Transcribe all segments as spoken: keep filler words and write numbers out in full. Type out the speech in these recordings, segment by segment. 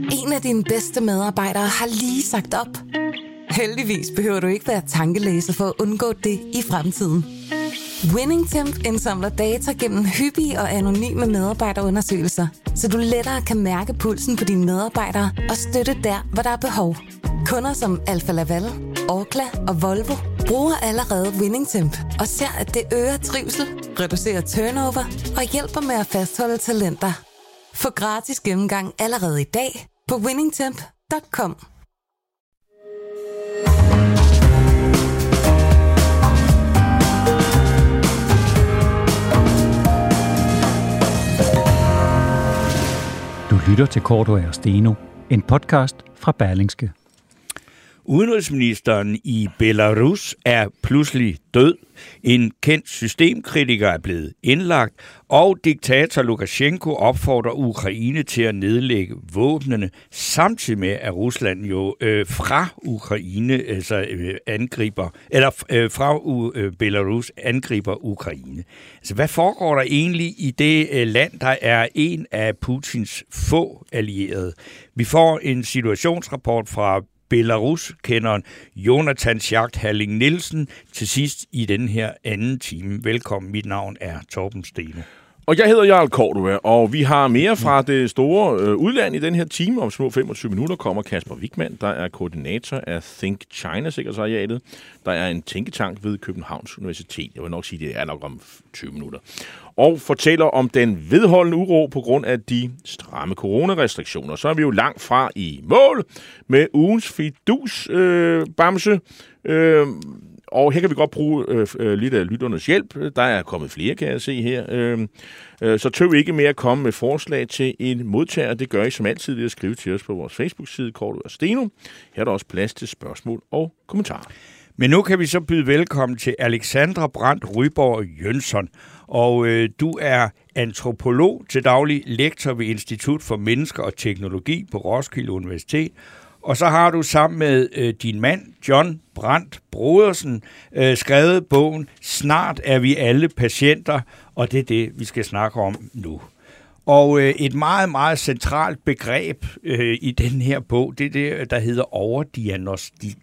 En af dine bedste medarbejdere har lige sagt op. Heldigvis behøver du ikke være tankelæser for at undgå det i fremtiden. WinningTemp indsamler data gennem hyppige og anonyme medarbejderundersøgelser, så du lettere kan mærke pulsen på dine medarbejdere og støtte der, hvor der er behov. Kunder som Alfa Laval, Orkla og Volvo bruger allerede WinningTemp og ser, at det øger trivsel, reducerer turnover og hjælper med at fastholde talenter. Få gratis gennemgang allerede i dag på winningtemp punktum com. Du lytter til Cordua og Steno, en podcast fra Berlingske. Udenrigsministeren i Belarus er pludselig død. En kendt systemkritiker er blevet indlagt, og diktator Lukasjenko opfordrer Ukraine til at nedlægge våbnene, samtidig med at Rusland jo øh, fra Ukraine altså øh, angriber eller øh, fra øh, Belarus angriber Ukraine. Altså hvad foregår der egentlig i det øh, land, der er en af Putins få allierede? Vi får en situationsrapport fra Belarus-kenderen Jonathan Schacht Halling Nielsen til sidst i den her anden time. Velkommen, mit navn er Torben Steno. Og jeg hedder Jarl Cordua, og vi har mere fra det store øh, udland i den her time. Om små femogtyve minutter kommer Kasper Wichmann, der er koordinator af Think China-sekretariatet. Der er en tænketank ved Københavns Universitet. Jeg vil nok sige, det er nok om tyve minutter. Og fortæller om den vedholdende uro på grund af de stramme coronarestriktioner. Så er vi jo langt fra i mål med ugens fidus-bamse. Øh, Og her kan vi godt bruge øh, lidt af lytternes hjælp. Der er kommet flere, kan jeg se her. Øh, øh, så tøv ikke med at komme med forslag til en modtager. Det gør I som altid ved at skrive til os på vores Facebook-side, Cordua og Steno. Her er der også plads til spørgsmål og kommentarer. Men nu kan vi så byde velkommen til Alexandra Brandt Ryborg Jønsson. Og øh, du er antropolog til daglig, lektor ved Institut for Mennesker og Teknologi på Roskilde Universitet. Og så har du sammen med øh, din mand, John Brandt Brodersen, øh, skrevet bogen Snart er vi alle patienter, og det er det, vi skal snakke om nu. Og øh, et meget, meget centralt begreb øh, i den her bog, det er det, der hedder overdiagnostik.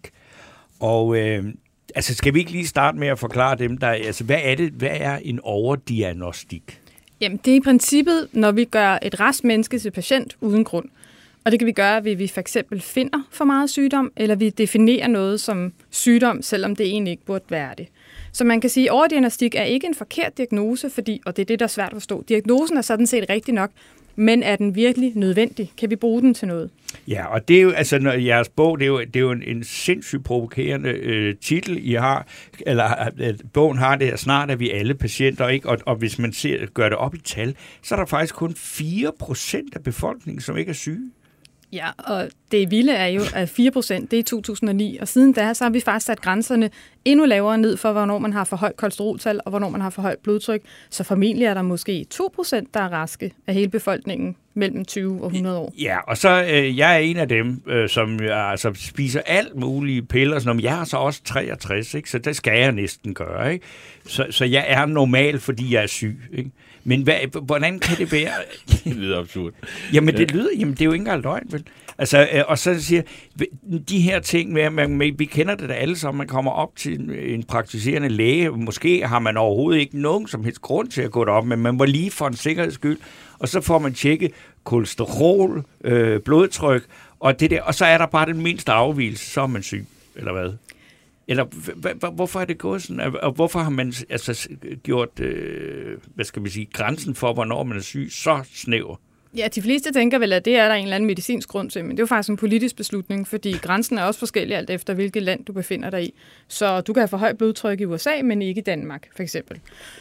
Og øh, altså skal vi ikke lige starte med at forklare dem, der, altså hvad er det, hvad er en overdiagnostik? Jamen det er i princippet, når vi gør et rask menneske til patient uden grund. Og det kan vi gøre, ved at vi for eksempel finder for meget sygdom, eller vi definerer noget som sygdom, selvom det egentlig ikke burde være det. Så man kan sige, at overdiagnostik er ikke en forkert diagnose, fordi, og det er det, der er svært at forstå. Diagnosen er sådan set rigtig nok, men er den virkelig nødvendig? Kan vi bruge den til noget? Ja, og det er jo, altså, når jeres bog, det er jo, det er jo en, en sindssygt provokerende øh, titel, I har, eller øh, bogen har det her, snart er vi alle patienter, ikke? Og, og hvis man ser, gør det op i tal, så er der faktisk kun fire procent af befolkningen, som ikke er syge. Ja, og det vilde er jo, at fire procent, det er to tusind og ni, og siden da, så har vi faktisk sat grænserne endnu lavere ned for, hvornår man har for højt kolesteroltal, og hvornår man har for højt blodtryk. Så formentlig er der måske to procent, der er raske af hele befolkningen mellem tyve og hundrede år. Ja, og så øh, jeg er en af dem, øh, som altså, spiser alt mulige piller, sådan, jeg er så også treogtres, ikke? Så det skal jeg næsten gøre. Ikke? Så, så jeg er normal, fordi jeg er syg. Ikke? Men hvad, hvordan kan det være? Det lyder absurd. Jamen det lyder, jamen det er jo ikke engang løgn, vel? Altså, øh, og så siger de her ting med, at man, vi kender det da alle sammen, man kommer op til en, en praktiserende læge, måske har man overhovedet ikke nogen som helst grund til at gå derop, men man må lige for en sikkerheds skyld, og så får man tjekket kolesterol, øh, blodtryk, og, det der, og så er der bare den mindste afvigelse, så er man syg, eller hvad? Eller hvorfor er det gået sådan? Og hvorfor har man altså gjort, øh, hvad skal vi sige, grænsen for, hvornår man er syg, så snæver? Ja, de fleste tænker vel, at det er der en eller anden medicinsk grund til, men det er jo faktisk en politisk beslutning, fordi grænsen er også forskellig alt efter, hvilket land du befinder dig i. Så du kan have for højt blodtryk i U S A, men ikke i Danmark, for eksempel.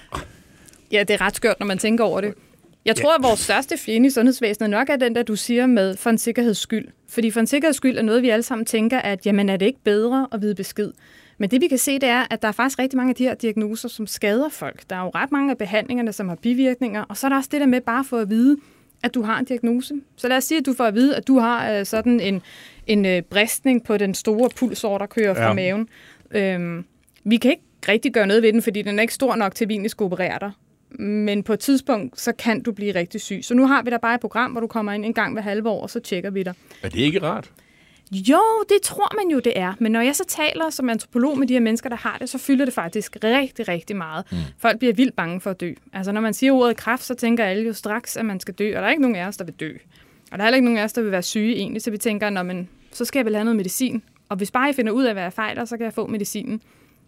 Ja, det er ret skørt, når man tænker over det. Jeg tror, at vores største fjende i sundhedsvæsenet nok er den, der du siger med for en sikkerheds skyld. Fordi for en sikkerheds skyld er noget, vi alle sammen tænker, at jamen er det ikke bedre at vide besked. Men det vi kan se, det er, at der er faktisk rigtig mange af de her diagnoser, som skader folk. Der er jo ret mange af behandlingerne, som har bivirkninger, og så er der også det der med bare for at vide, at du har en diagnose. Så lad os sige, at du får at vide, at du har øh, sådan en, en øh, bristning på den store pulsår, der kører fra ja. maven. Øhm, vi kan ikke rigtig gøre noget ved den, fordi den er ikke stor nok til, at vi egentlig skal operere dig. men på et tidspunkt, så kan du blive rigtig syg. Så nu har vi der bare et program, hvor du kommer ind en gang hver halve år, og så tjekker vi dig. Er det ikke rart? Jo, det tror man jo, det er. Men når jeg så taler som antropolog med de her mennesker, der har det, så fylder det faktisk rigtig, rigtig meget. Mm. Folk bliver vildt bange for at dø. Altså, når man siger ordet kræft, så tænker alle jo straks, at man skal dø. Og der er ikke nogen af os, der vil dø. Og der er heller ikke nogen af os, der vil være syge egentlig. Så vi tænker, nå, men, så skal jeg vel have noget medicin. Og hvis bare jeg finder ud af, hvad jeg fejler, så kan jeg få medicinen.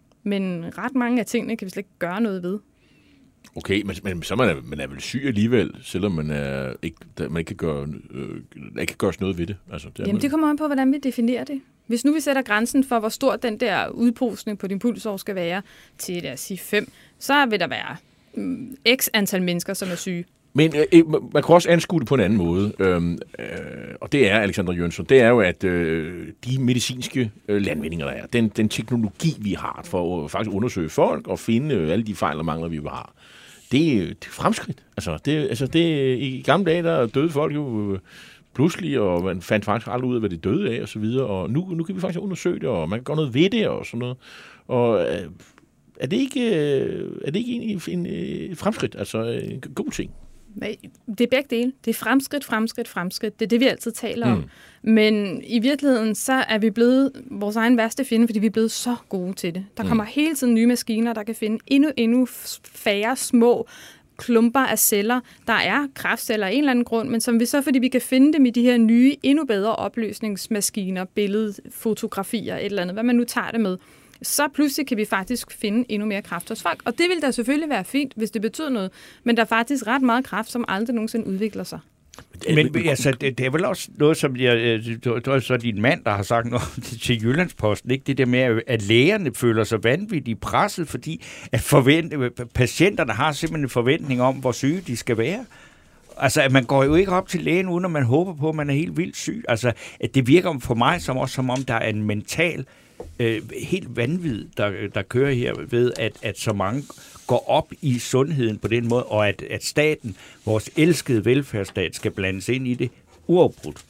Men ret mange af tingene kan vi slet ikke gøre noget ved. Okay, men, men så er man, man er vel syg alligevel, selvom man, er ikke, man ikke kan gøre, øh, ikke kan gøres noget ved det. Altså, det Jamen, det kommer an på, hvordan vi definerer det. Hvis nu vi sætter grænsen for, hvor stor den der udposning på din pulsår skal være, til lad os sige fem, så vil der være mm, x antal mennesker, som er syge. Men øh, man kan også anskue det på en anden måde, øhm, øh, og det er, Alexander Jønsson, det er jo, at øh, de medicinske øh, landvindinger, der er, den, den teknologi, vi har for at faktisk undersøge folk og finde øh, alle de fejl og mangler, vi har, det er, det er fremskridt. Altså, det, altså det, i gamle dage, der døde folk jo øh, pludselig, og man fandt faktisk aldrig ud af, hvad det døde af, og så videre, og nu, nu kan vi faktisk undersøge det, og man kan gøre noget ved det, og sådan noget. Og øh, er det ikke, øh, er det ikke en, en, en fremskridt, altså en god ting? Det er begge dele. Det er fremskridt, fremskridt, fremskridt. Det er det, vi altid taler om. Mm. Men i virkeligheden, så er vi blevet vores egen værste fjende, fordi vi er blevet så gode til det. Der kommer mm. hele tiden nye maskiner, der kan finde endnu, endnu færre små klumper af celler. Der er kræftceller af en eller anden grund, men som vi så, fordi vi kan finde dem i de her nye, endnu bedre opløsningsmaskiner, billedfotografier, et eller andet, hvad man nu tager det med, så pludselig kan vi faktisk finde endnu mere kræft hos folk. Og det vil da selvfølgelig være fint, hvis det betyder noget. Men der er faktisk ret meget kræft, som aldrig nogensinde udvikler sig. Men altså, det, det er vel også noget, som jeg, det er så din mand, der har sagt noget til Jyllandsposten, ikke? Det der med, at lægerne føler sig vanvittigt presset, fordi at forvente, patienterne har simpelthen en forventning om, hvor syge de skal være. Altså, at man går jo ikke op til lægen, uden at man håber på, at man er helt vildt syg. Altså, at det virker for mig som også, som om der er en mental Øh, helt vanvid, der, der kører her ved, at, at så mange går op i sundheden på den måde, og at, at staten, vores elskede velfærdsstat, skal blandes ind i det uafbrudt.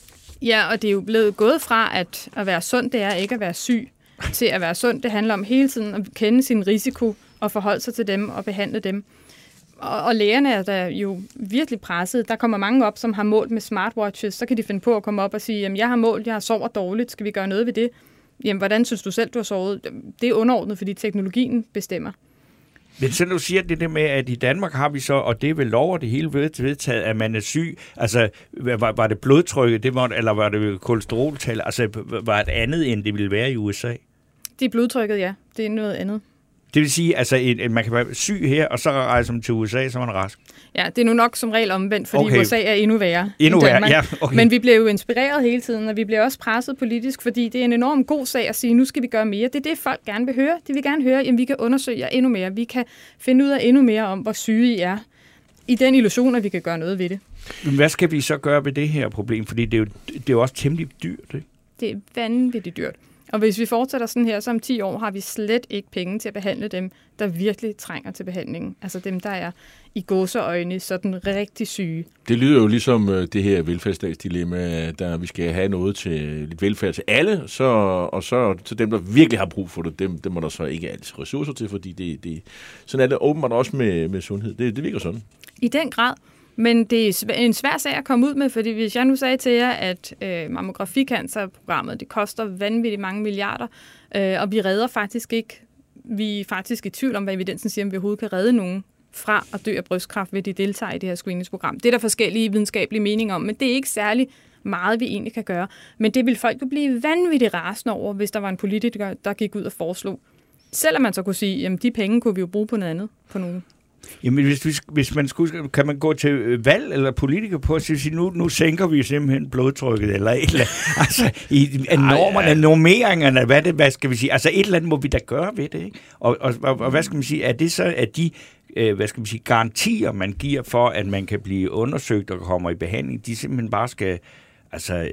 Ja, og det er jo blevet gået fra, at at være sund, det er ikke at være syg, til at være sund, det handler om hele tiden at kende sin risiko og forholde sig til dem og behandle dem. Og, og lægerne er der jo virkelig presset. Der kommer mange op, som har målt med smartwatches, så kan de finde på at komme op og sige, jamen jeg har målt, jeg har sovet dårligt, skal vi gøre noget ved det? Jamen, hvordan synes du selv, du har sovet? Det er underordnet, fordi teknologien bestemmer. Men så du siger det der med, at i Danmark har vi så, og det er vel lov, det hele vedtaget, at man er syg. Altså, var, var det blodtrykket, det var, eller var det kolesteroltal? Altså, var det andet, end det ville være i U S A? Det er blodtrykket, ja. Det er noget andet. Det vil sige, altså, at man kan være syg her, og så rejser man til U S A, så er man rask. Ja, det er nu nok som regel omvendt, fordi okay. U S A er endnu værre. Endnu værre, ja. Okay. Men vi bliver jo inspireret hele tiden, og vi bliver også presset politisk, fordi det er en enorm god sag at sige, nu skal vi gøre mere. Det er det, folk gerne vil høre. De vil gerne høre, at vi kan undersøge jer endnu mere. Vi kan finde ud af endnu mere om, hvor syge I er. I den illusion, at vi kan gøre noget ved det. Men hvad skal vi så gøre ved det her problem? Fordi det er jo, det er jo også temmelig dyrt, ikke? Det er vanvittigt dyrt. Og hvis vi fortsætter sådan her, så om ti år har vi slet ikke penge til at behandle dem, der virkelig trænger til behandlingen. Altså dem, der er i gåseøjne sådan rigtig syge. Det lyder jo ligesom det her velfærdsstatsdilemma, der vi skal have noget til lidt velfærd til alle, så, og så til dem, der virkelig har brug for det, dem, dem må der så ikke altid ressourcer til, fordi det, det, sådan er det åbenbart også med, med sundhed. Det, det virker sådan. I den grad. Men det er en svær sag at komme ud med, fordi hvis jeg nu sagde til jer, at øh, mammograficancerprogrammet, det koster vanvittigt mange milliarder, øh, og vi redder faktisk ikke, vi er faktisk i tvivl om, hvad evidensen siger, om vi overhovedet kan redde nogen fra at dø af brystkræft, ved de deltager i det her screeningsprogram. Det er der forskellige videnskabelige meninger om, men det er ikke særlig meget, vi egentlig kan gøre. Men det vil folk jo blive vanvittigt rasende over, hvis der var en politiker, der gik ud og foreslog. Selvom man så kunne sige, jamen de penge kunne vi jo bruge på noget andet, på nogen. Jamen, hvis, hvis man skulle, kan man gå til valg eller politikere på at sige, nu, nu sænker vi simpelthen blodtrykket, eller et eller andet. Altså, i normerne, normeringerne, hvad, det, hvad skal vi sige? Altså, et eller andet må vi da gøre ved det, ikke? Og, og, og, og hvad skal man sige? Er det så, at de, øh, hvad skal man sige, garantier, man giver for, at man kan blive undersøgt og kommer i behandling, de simpelthen bare skal, altså...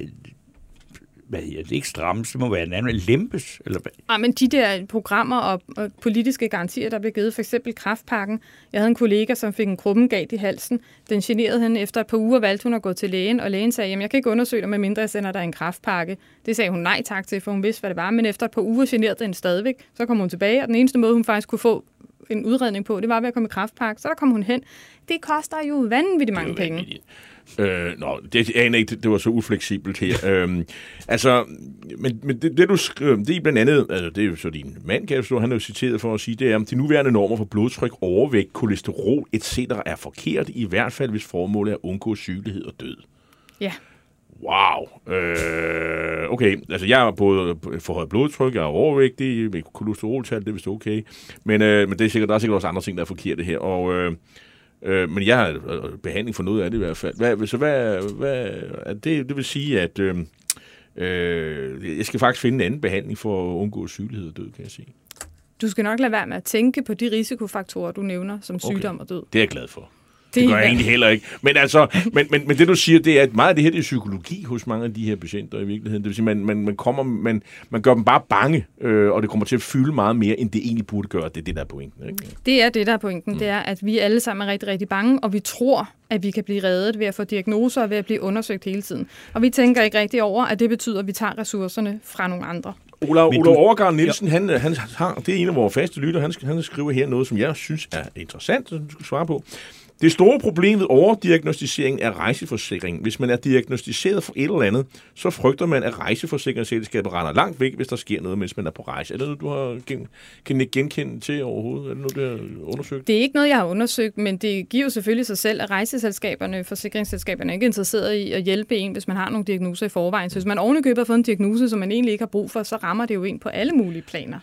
Hvad hedder det? Ikke strammes, det må være en anden lempes. Eller hvad? Ja, men de der programmer og, og politiske garantier, der blev givet, for eksempel kræftpakken. Jeg havde en kollega, som fik en krummengat i halsen. Den generede hende. Efter et par uger valgte hun at gå til lægen, og lægen sagde, jamen jeg kan ikke undersøge dig, medmindre jeg sender dig en kræftpakke. Det sagde hun nej tak til, for hun vidste, hvad det var. Men efter et par uger generede den stadigvæk. Så kom hun tilbage, og den eneste måde, hun faktisk kunne få en udredning på. Det var ved at komme i kræftpakke. Så der kom hun hen. Det koster jo vanvittigt mange penge. Øh, nå, det aner ikke, det var så ufleksibelt her. øhm, altså, men, men det, det du skriver, det er blandt andet, altså det er jo så din mand, kan jeg forstå, han er jo citeret for at sige, det er, at de nuværende normer for blodtryk, overvægt, kolesterol et cetera er forkert, i hvert fald hvis formålet er at undgå sygelighed og død. Ja. Wow. Øh, okay, altså jeg har både forhøjet blodtryk, jeg er overvægtig, med kolesteroltal, det er vist okay, men, øh, men det er sikkert, der er sikkert også andre ting, der er forkerte her, og øh, Øh, men jeg har behandling for noget af det i hvert fald. Hvad, så hvad, hvad det, det vil sige, at øh, øh, jeg skal faktisk finde en anden behandling for at undgå sygelighed og død, kan jeg sige. Du skal nok lade være med at tænke på de risikofaktorer, du nævner, som sygdom okay. og død. Det er jeg glad for. Det, det gør jeg egentlig heller ikke. Men, altså, men, men, men det, du siger, det er, at meget af det her det er psykologi hos mange af de her patienter i virkeligheden. Det vil sige, man, man, man, kommer, man, man gør dem bare bange, øh, og det kommer til at fylde meget mere, end det egentlig burde gøre. Det er det, der er pointen. Ikke? Det er det, der er pointen. Mm. Det er, at vi alle sammen er rigtig, rigtig bange, og vi tror, at vi kan blive reddet ved at få diagnoser og ved at blive undersøgt hele tiden. Og vi tænker ikke rigtig over, at det betyder, at vi tager ressourcerne fra nogle andre. Olav, Olav Overgaard Nielsen, ja. han, han har, det er en af vores faste lytter, han, han skriver her noget, som jeg synes er interessant, som du skal svare på. Det store problem ved overdiagnostisering er rejseforsikring. Hvis man er diagnostiseret for et eller andet, så frygter man, at rejseforsikringsselskabet render langt væk, hvis der sker noget, mens man er på rejse. Er det noget, du har gen- kan genkende til overhovedet? Er det noget, du har undersøgt? Det er ikke noget, jeg har undersøgt, men det giver jo selvfølgelig sig selv, at rejseselskaberne, forsikringsselskaberne er ikke interesseret i at hjælpe en, hvis man har nogle diagnoser i forvejen. Så hvis man ovenikøbet har fået en diagnose, som man egentlig ikke har brug for, så rammer det jo en på alle mulige planer.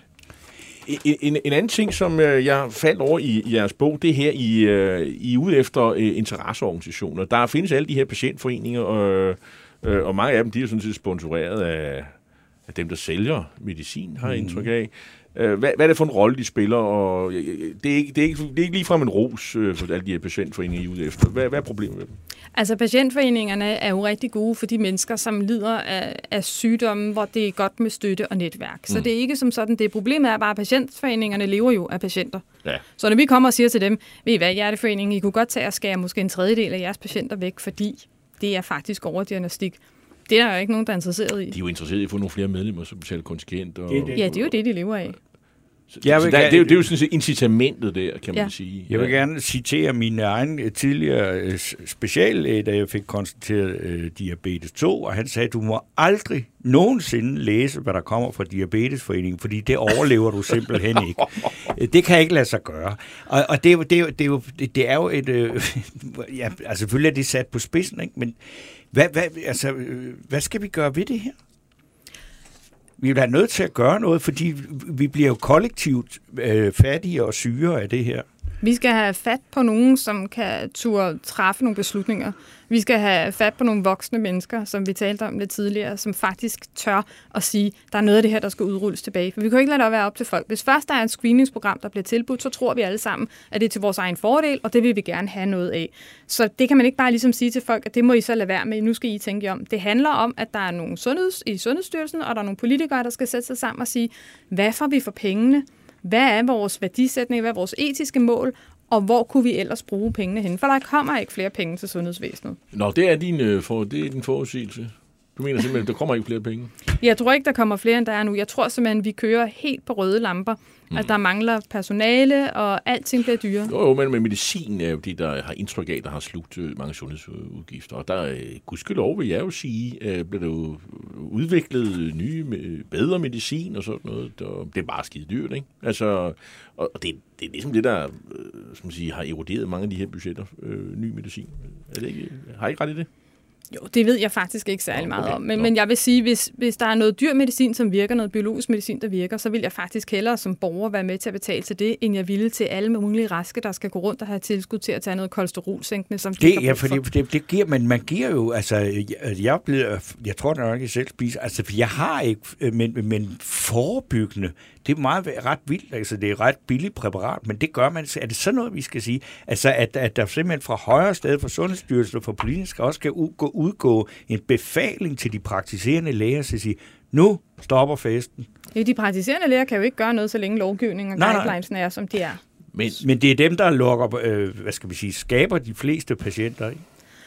En, en, en anden ting, som øh, jeg faldt over i, i jeres bog, det her, I, øh, I er ude efter øh, interesseorganisationer. Der findes alle de her patientforeninger, og, øh, og mange af dem de er sådan set sponsoreret af, af dem, der sælger medicin, har jeg indtryk af. Hvad, hvad er det for en rolle, de spiller? Og det, er ikke, det, er ikke, det er ikke ligefrem en ros øh, for alle de her patientforeninger, I er ude efter. Hvad, hvad er problemet med dem? Altså, patientforeningerne er jo rigtig gode for de mennesker, som lider af, af sygdomme, hvor det er godt med støtte og netværk. Så mm. det er ikke som sådan. Det problemet er bare, at patientforeningerne lever jo af patienter. Ja. Så når vi kommer og siger til dem, ved I hvad, Hjerteforeningen, I kunne godt tage og skære måske en tredjedel af jeres patienter væk, fordi det er faktisk overdiagnostik. Det er der jo ikke nogen, der er interesseret i. De er jo interesseret i at få nogle flere medlemmer, som betaler kontingent. Og... Det det. Ja, det er jo det, de lever af. Så, så der, det, er jo, det er jo sådan set incitamentet der, kan ja. man sige. Jeg vil gerne citere min egen tidligere speciallæge, da jeg fik konstateret øh, diabetes to, og han sagde, du må aldrig nogensinde læse, hvad der kommer fra Diabetesforeningen, fordi det overlever du simpelthen ikke. Det kan ikke lade sig gøre. Og, og det, er jo, det, er jo, det, er jo, det er jo et... Øh, ja, altså selvfølgelig er det sat på spidsen, ikke? Men hvad, hvad, altså, hvad skal vi gøre ved det her? Vi bliver nødt til at gøre noget, fordi vi bliver jo kollektivt øh, fattige og syge af det her. Vi skal have fat på nogen, som kan turde træffe nogle beslutninger. Vi skal have fat på nogle voksne mennesker, som vi talte om lidt tidligere, som faktisk tør at sige, der er noget af det her, der skal udrulles tilbage. For vi kan jo ikke lade det være op til folk. Hvis først der er et screeningsprogram, der bliver tilbudt, så tror vi alle sammen, at det er til vores egen fordel, og det vil vi gerne have noget af. Så det kan man ikke bare ligesom sige til folk, at det må I så lade være med. Nu skal I tænke jer om. Det handler om, at der er nogle sundheds i Sundhedsstyrelsen, og der er nogle politikere, der skal sætte sig sammen og sige, hvad får vi for pengene? Hvad er vores værdisætning? Hvad er vores etiske mål? Og hvor kunne vi ellers bruge pengene hen? For der kommer ikke flere penge til sundhedsvæsenet. Nå, det er din, for, det er din forudsigelse. Du mener simpelthen, at der kommer ikke flere penge? Jeg tror ikke, der kommer flere, end der er nu. Jeg tror simpelthen, at vi kører helt på røde lamper. Mm. At der mangler personale, og alting bliver dyre. Jo, jo, men med medicin er jo det, der har indtryk af, der har slugt mange sundhedsudgifter. Og der, gudskelov vil jeg jo sige, bliver der jo udviklet nye, bedre medicin og sådan noget. Det er bare skide dyrt, ikke? Altså, og det, det er ligesom det, der som man siger, har eroderet mange af de her budgetter. Øh, ny medicin. Er det ikke, har I ikke ret i det? Jo, det ved jeg faktisk ikke særlig meget okay. om. Men, men jeg vil sige, hvis, hvis der er noget dyr medicin, som virker, noget biologisk medicin, der virker, så vil jeg faktisk hellere som borger være med til at betale til det, end jeg ville til alle mulige raske, der skal gå rundt og have tilskud til at tage noget kolesterolsænkende, som de det, ja, for det, det, det giver, men man giver jo, altså, jeg bliver, jeg tror nok, at jeg selv spiser, altså, for jeg har ikke, men, men forebyggende, det er meget ret vildt, altså det er et ret billigt præparat, men det gør man, er det sådan noget, vi skal sige, altså at, at der simpelthen fra højre sted, fra Sundhedsstyrelsen og fra politikere også skal udgå, udgå en befaling til de praktiserende læger, til at sige, nu stopper festen. Ja, de praktiserende læger kan jo ikke gøre noget, så længe lovgivningen og nej, guidelines er, som de er. Men, men det er dem, der lukker, øh, hvad skal vi sige, skaber de fleste patienter, ikke?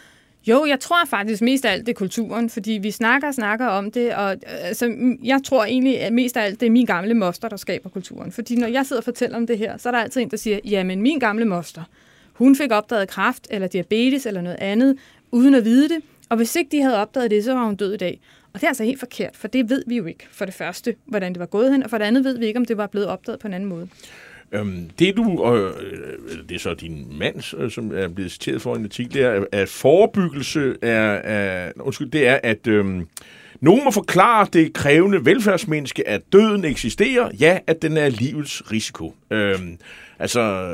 Jo, jeg tror faktisk mest af alt, det er kulturen, fordi vi snakker og snakker om det, og altså, jeg tror egentlig, at mest af alt, det er min gamle moster, der skaber kulturen. Fordi når jeg sidder og fortæller om det her, så er der altid en, der siger, jamen min gamle moster, hun fik opdaget kræft, eller diabetes, eller noget andet, uden at vide det, og hvis ikke de havde opdaget det, så var hun død i dag. Og det er altså helt forkert, for det ved vi jo ikke, for det første, hvordan det var gået hen, og for det andet ved vi ikke, om det var blevet opdaget på en anden måde. Øhm, det du, øh, det er så din mand, øh, som er blevet citeret for en artikel, det er, at forebyggelse er, er undskyld, det er, at øh, nogen må forklare det krævende velfærdsmenneske, at døden eksisterer, ja, at den er livets risiko. Øh, altså,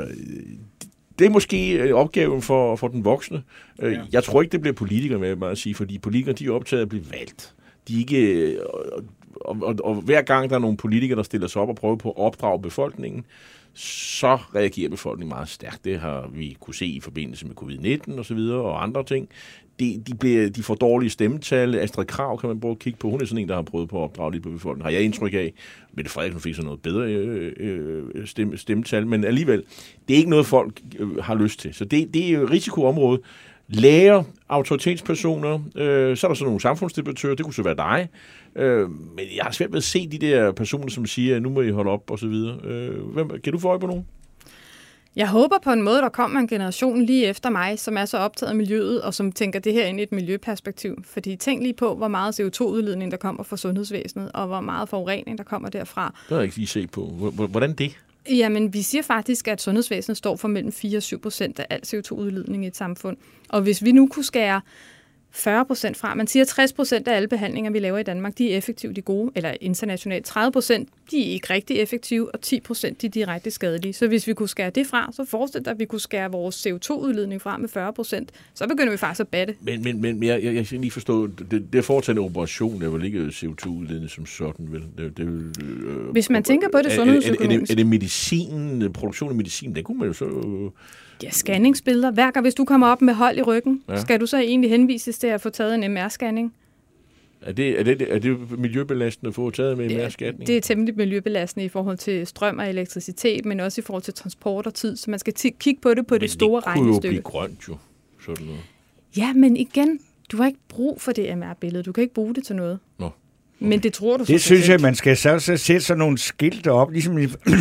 det er måske opgaven for, for den voksne. Øh, ja. Jeg tror ikke, det bliver politikere med mig at sige, fordi politikere, de er optaget at blive valgt. De er ikke... Og, og, og hver gang der er nogle politikere, der stiller sig op og prøver på at opdrage befolkningen, så reagerer befolkningen meget stærkt. Det har vi kunne se i forbindelse med covid nitten og så videre og andre ting. De, de, bliver, de får dårlige stemmetal. Astrid Krag kan man prøve at kigge på. Hun er sådan en, der har prøvet på at opdrage lidt på befolkningen. Har jeg indtryk af. Mette Frederiksen fik så noget bedre øh, øh, stemme, stemmetal, men alligevel, det er ikke noget, folk øh, har lyst til. Så det, det er jo et risikoområde. Læger, autoritetspersoner, øh, så er der så nogle samfundsdebattører, det kunne så være dig. Øh, men jeg har svært ved at se de der personer, som siger, at nu må I holde op, og så videre. Øh, hvem, kan du få øje på nogen? Jeg håber på en måde, der kommer en generation lige efter mig, som er så optaget af miljøet, og som tænker det her ind i et miljøperspektiv. Fordi tænk lige på, hvor meget C O to udledning der kommer fra sundhedsvæsenet, og hvor meget forurening, der kommer derfra. Det har jeg ikke lige set på. Hvordan det? Jamen, vi siger faktisk, at sundhedsvæsenet står for mellem fire og syv procent af al C O to udledning i et samfund. Og hvis vi nu kunne skære fyrre procent fra, man siger tres procent af alle behandlinger, vi laver i Danmark, de er effektive, de er gode, eller internationalt tredive procent, de er ikke rigtig effektive, og ti procent de er direkte skadelige. Så hvis vi kunne skære det fra, så forestil dig, at vi kunne skære vores C O to udledning fra med fyrre procent, så begynder vi faktisk at batte. Men, men, men jeg, jeg, jeg skal lige forstå, det, det at foretage en operation, der vel ikke C O to udledning som sådan, vel? Det, det, øh, hvis man tænker på det sundhedsøkonomisk. Er, er, er, er det medicin, produktion af medicin, det kunne man jo så... Øh, Ja, scanningsbilleder. Hver gang, hvis du kommer op med hold i ryggen, ja. Skal du så egentlig henvises til at få taget en M R-scanning? Er det, er det, er det miljøbelastende at få taget med M R-scanning? Det er temmelig miljøbelastende i forhold til strøm og elektricitet, men også i forhold til transport og tid. Så man skal t- kigge på det på men det store regnestykke. Men det kunne jo blive grønt jo, sådan noget. Ja, men igen, du har ikke brug for det M R-billede. Du kan ikke bruge det til noget. Nå. Men det tror du så. Det synes jeg, man skal så, så sætte sådan nogle skilte op, ligesom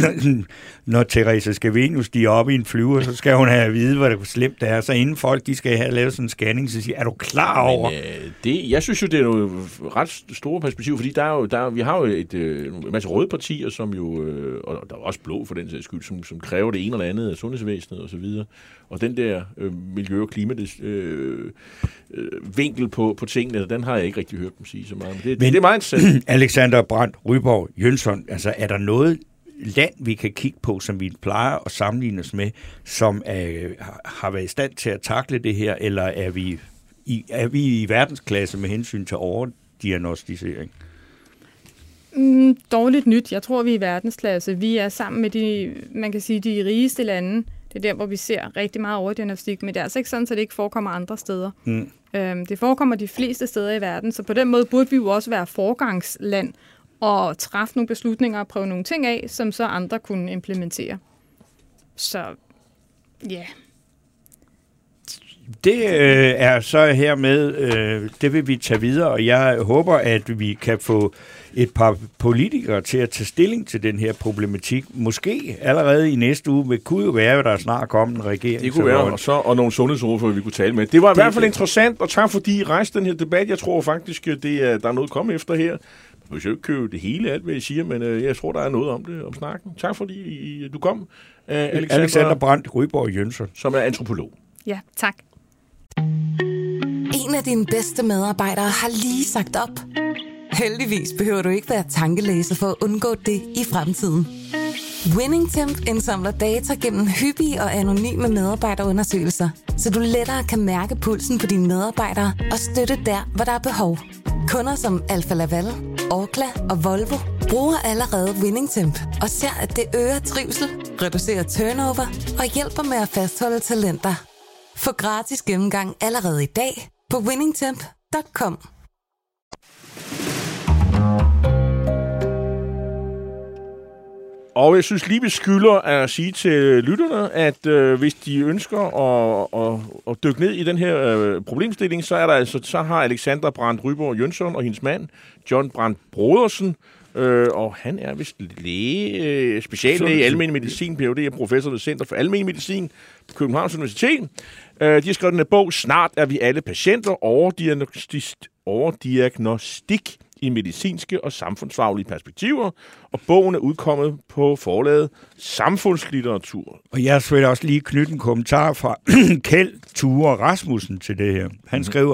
når Theresa Scavenius stiger op i en flyver, så skal hun have at vide, hvad det slemt det er. Så inden folk de skal have lavet sådan en scanning, så siger, er du klar over? Men, øh, det, jeg synes jo, det er noget ret store perspektiv, fordi der er jo, der, vi har jo et, øh, en masse røde partier, som jo, øh, og der er også blå for den sags skyld, som, som kræver det ene eller andet af sundhedsvæsenet og så videre. Og den der øh, miljø- og klimavinkel øh, øh, vinkel på, på tingene, den har jeg ikke rigtig hørt dem sige så meget. Men det, Men, det er meget interessant. Alexander Brandt, Ryborg, Jønsson, altså er der noget land, vi kan kigge på, som vi plejer at sammenligne os med, som øh, har været i stand til at takle det her, eller er vi i, er vi i verdensklasse med hensyn til overdiagnostisering? Mm, dårligt nyt. Jeg tror, vi er i verdensklasse. Vi er sammen med de, man kan sige, de rigeste lande. Det er der, hvor vi ser rigtig meget overdiagnostik, men det er altså ikke sådan, at det ikke forekommer andre steder. Mm. Øhm, det forekommer de fleste steder i verden, så på den måde burde vi jo også være forgangsland og træffe nogle beslutninger og prøve nogle ting af, som så andre kunne implementere. Så, ja... Yeah. Det øh, er så hermed, øh, det vil vi tage videre, og jeg håber, at vi kan få et par politikere til at tage stilling til den her problematik. Måske allerede i næste uge, men kunne jo være, at der snart kommer en regering. Det kunne være, og, så, og nogle sundhedsordfører, vi kunne tale med. Det var i det, hvert fald interessant, og tak fordi I rejste den her debat. Jeg tror faktisk, det er, der er noget at komme efter her. Jeg vil ikke købe det hele, alt hvad I siger, men øh, jeg tror, der er noget om det, om snakken. Tak fordi I, du kom, øh, Alexander, Alexander Brandt, Ryborg Jønsson, som er antropolog. Ja, tak. En af dine bedste medarbejdere har lige sagt op. Heldigvis behøver du ikke være tankelæser for at undgå det i fremtiden. WinningTemp indsamler data gennem hyppige og anonyme medarbejderundersøgelser, så du lettere kan mærke pulsen på dine medarbejdere og støtte der, hvor der er behov. Kunder som Alfa Laval, Orkla og Volvo bruger allerede WinningTemp og ser, at det øger trivsel, reducerer turnover og hjælper med at fastholde talenter. Få gratis gennemgang allerede i dag på winning temp punktum com. Og jeg synes lige, vi skylder at sige til lytterne, at øh, hvis de ønsker at, at, at dykke ned i den her øh, problemstilling, så er der altså, så har Alexandra Brandt Ryborg Jønsson og hendes mand, John Brandt Brodersen, øh, og han er vist læge, øh, speciallæge i almen medicin, P H D og professor ved Center for Almen Medicin på Københavns Universitet. Øh, de har skrevet den her bog, Snart er vi alle patienter, overdiagnostik i medicinske og samfundsfaglige perspektiver, og bogen er udkommet på forlaget Samfundslitteratur. Og jeg vil også lige knytte en kommentar fra Kjeld Ture Rasmussen til det her. Han skriver,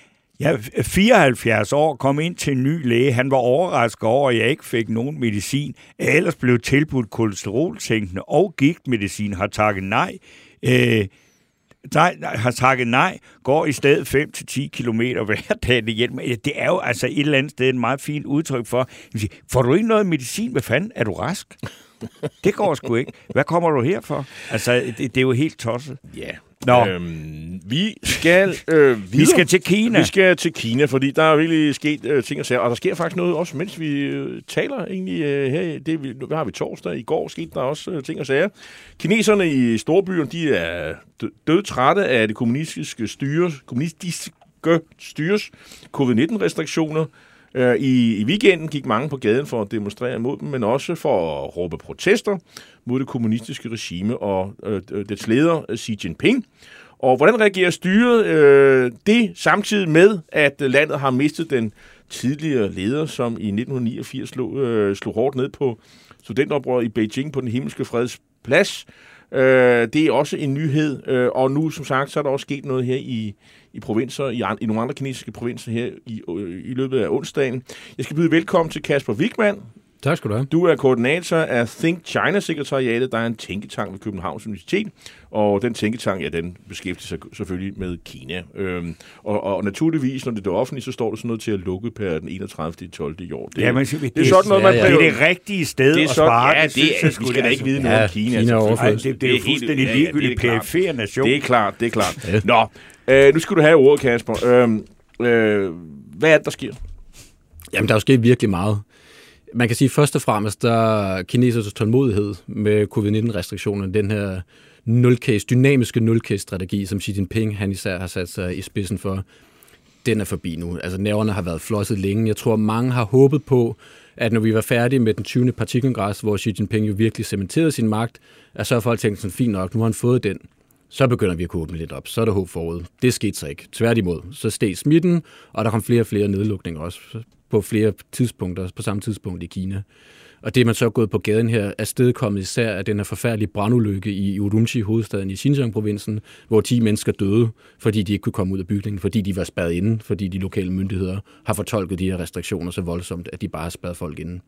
jeg er fireoghalvfjerds år, kom ind til en ny læge. Han var overrasket over, at jeg ikke fik nogen medicin. Jeg ellers blev tilbudt kolesterolsænkende og gigtmedicin, har takket nej. Øh, Nej, har takket nej, går i stedet fem til ti kilometer hver dag. Det hjælper. Det er jo altså et eller andet sted et meget fint udtryk for, får du ikke noget medicin? Hvad fanden? Er du rask? Det går sgu ikke. Hvad kommer du her for? Altså, det, det er jo helt tosset. Ja. Nå. Øhm, vi skal øh, Vi skal til Kina. Vi skal til Kina, fordi der er virkelig sket øh, ting og sager. Og der sker faktisk noget også, mens vi øh, taler egentlig øh, her. Det, vi, nu har vi torsdag. I går skete der også øh, ting og sager. Kineserne i storbyerne, de er dødtrætte af det kommunistiske styres, kommunistiske styres covid nitten restriktioner. I, I weekenden gik mange på gaden for at demonstrere mod dem, men også for at råbe protester mod det kommunistiske regime og øh, dets leder Xi Jinping. Og hvordan reagerer styret? Øh, det samtidig med, at landet har mistet den tidligere leder, som i nitten niogfirs slog, øh, slog hårdt ned på studenteroprøret i Beijing på den himmelske freds plads. Øh, det er også en nyhed, øh, og nu som sagt, så er der også sket noget her i, i provinser, i, an, i nogle andre kinesiske provinser her i, øh, i løbet af onsdagen. Jeg skal byde velkommen til Kasper Wichmann. Tak skal du have. Du er koordinator af Think China-sekretariatet, der er en tænketank ved Københavns Universitet, og den tænketank, ja, den beskæftiger sig selvfølgelig med Kina. Øhm, og, og naturligvis, når det er offentligt, så står der sådan noget til at lukke per den enogtredivte tolvte i år. Det, ja, men, det, det er sådan noget, man ja, ja. Det er det rigtige sted det er så, at spare. Ja, det, det, det, vi skal da ikke vide noget ja, om Kina. Kina altså, det, det, det er jo fuldstændig ja, ja, ligegyldigt perifere nation. Det er klart, det er klart. Ja. Nå, øh, nu skal du have ordet, Kasper. Øhm, øh, hvad er det, der sker? Jamen, der er jo sket virkelig meget. Man kan sige først og fremmest, der er kinesers tålmodighed med covid nitten restriktionerne, den her nul-case, dynamiske nul-case-strategi, som Xi Jinping han især har sat sig i spidsen for, den er forbi nu. Altså nerverne har været flosset længe. Jeg tror, mange har håbet på, at når vi var færdige med den tyvende partikongres, hvor Xi Jinping jo virkelig cementerede sin magt, at så har folk tænkt sådan, fint nok, nu har han fået den. Så begynder vi at kunne åbne lidt op. Så er der håb forud. Det skete så ikke. Tværtimod. Så steg smitten, og der kom flere og flere nedlukninger også på flere tidspunkter, på samme tidspunkt i Kina. Og det, man så er gået på gaden her, er stedkommet især af den her forfærdelige brandulykke i Urumqi, hovedstaden i Xinjiang-provinsen, hvor ti mennesker døde, fordi de ikke kunne komme ud af bygningen, fordi de var spærret inde, fordi de lokale myndigheder har fortolket de her restriktioner så voldsomt, at de bare har spærret folk inde.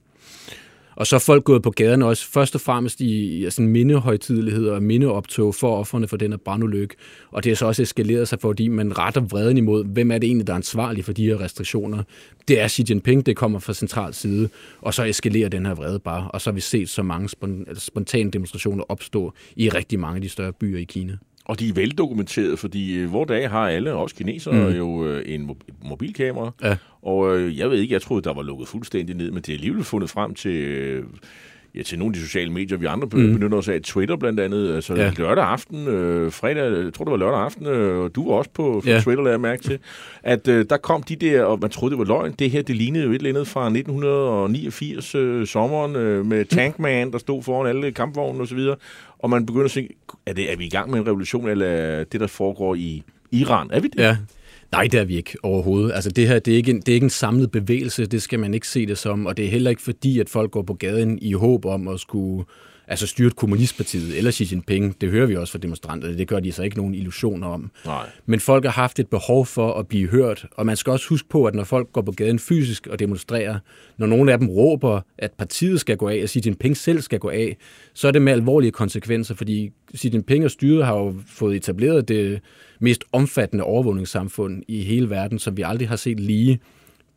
Og så er folk gået på gaden også først og fremmest i altså mindehøjtideligheder og mindeoptog for offerne for den her brandulykke. Og det er så også eskaleret sig, fordi man retter vreden imod, hvem er det egentlig, der er ansvarlig for de her restriktioner. Det er Xi Jinping, det kommer fra central side, og så eskalerer den her vrede bare. Og så har vi set så mange spontane demonstrationer opstå i rigtig mange af de større byer i Kina. Og de er veldokumenteret, fordi hvor dage har alle, også kinesere, mm. jo en mobilkamera. Ja. Og jeg ved ikke, jeg troede, der var lukket fuldstændig ned, men det er alligevel fundet frem til, ja, til nogle af de sociale medier, vi andre mm. benytter os af. Twitter blandt andet, altså ja. lørdag aften, øh, fredag, jeg tror det var lørdag aften, øh, og du var også på ja. Twitter, lader jeg mærke til, at øh, der kom de der, og man troede, det var løgn. Det her, det lignede jo et eller andet fra nitten niogfirs øh, sommeren, øh, med Tankman, der stod foran alle kampvogne og så videre. Og man begynder at tænke, er, det, er vi i gang med en revolution, eller det, der foregår i Iran? Er vi det? Ja. Nej, det er vi ikke overhovedet. Altså det her, det er, ikke en, det er ikke en samlet bevægelse, det skal man ikke se det som, og det er heller ikke fordi, at folk går på gaden i håb om at skulle altså styre kommunistpartiet eller Xi Jinping. Det hører vi også fra demonstranterne, det gør de så ikke nogen illusioner om. Nej. Men folk har haft et behov for at blive hørt, og man skal også huske på, at når folk går på gaden fysisk og demonstrerer, når nogle af dem råber, at partiet skal gå af, og Xi Jinping selv skal gå af, så er det med alvorlige konsekvenser, fordi Xi Jinping og styret har jo fået etableret det mest omfattende overvågningssamfund i hele verden, som vi aldrig har set lige.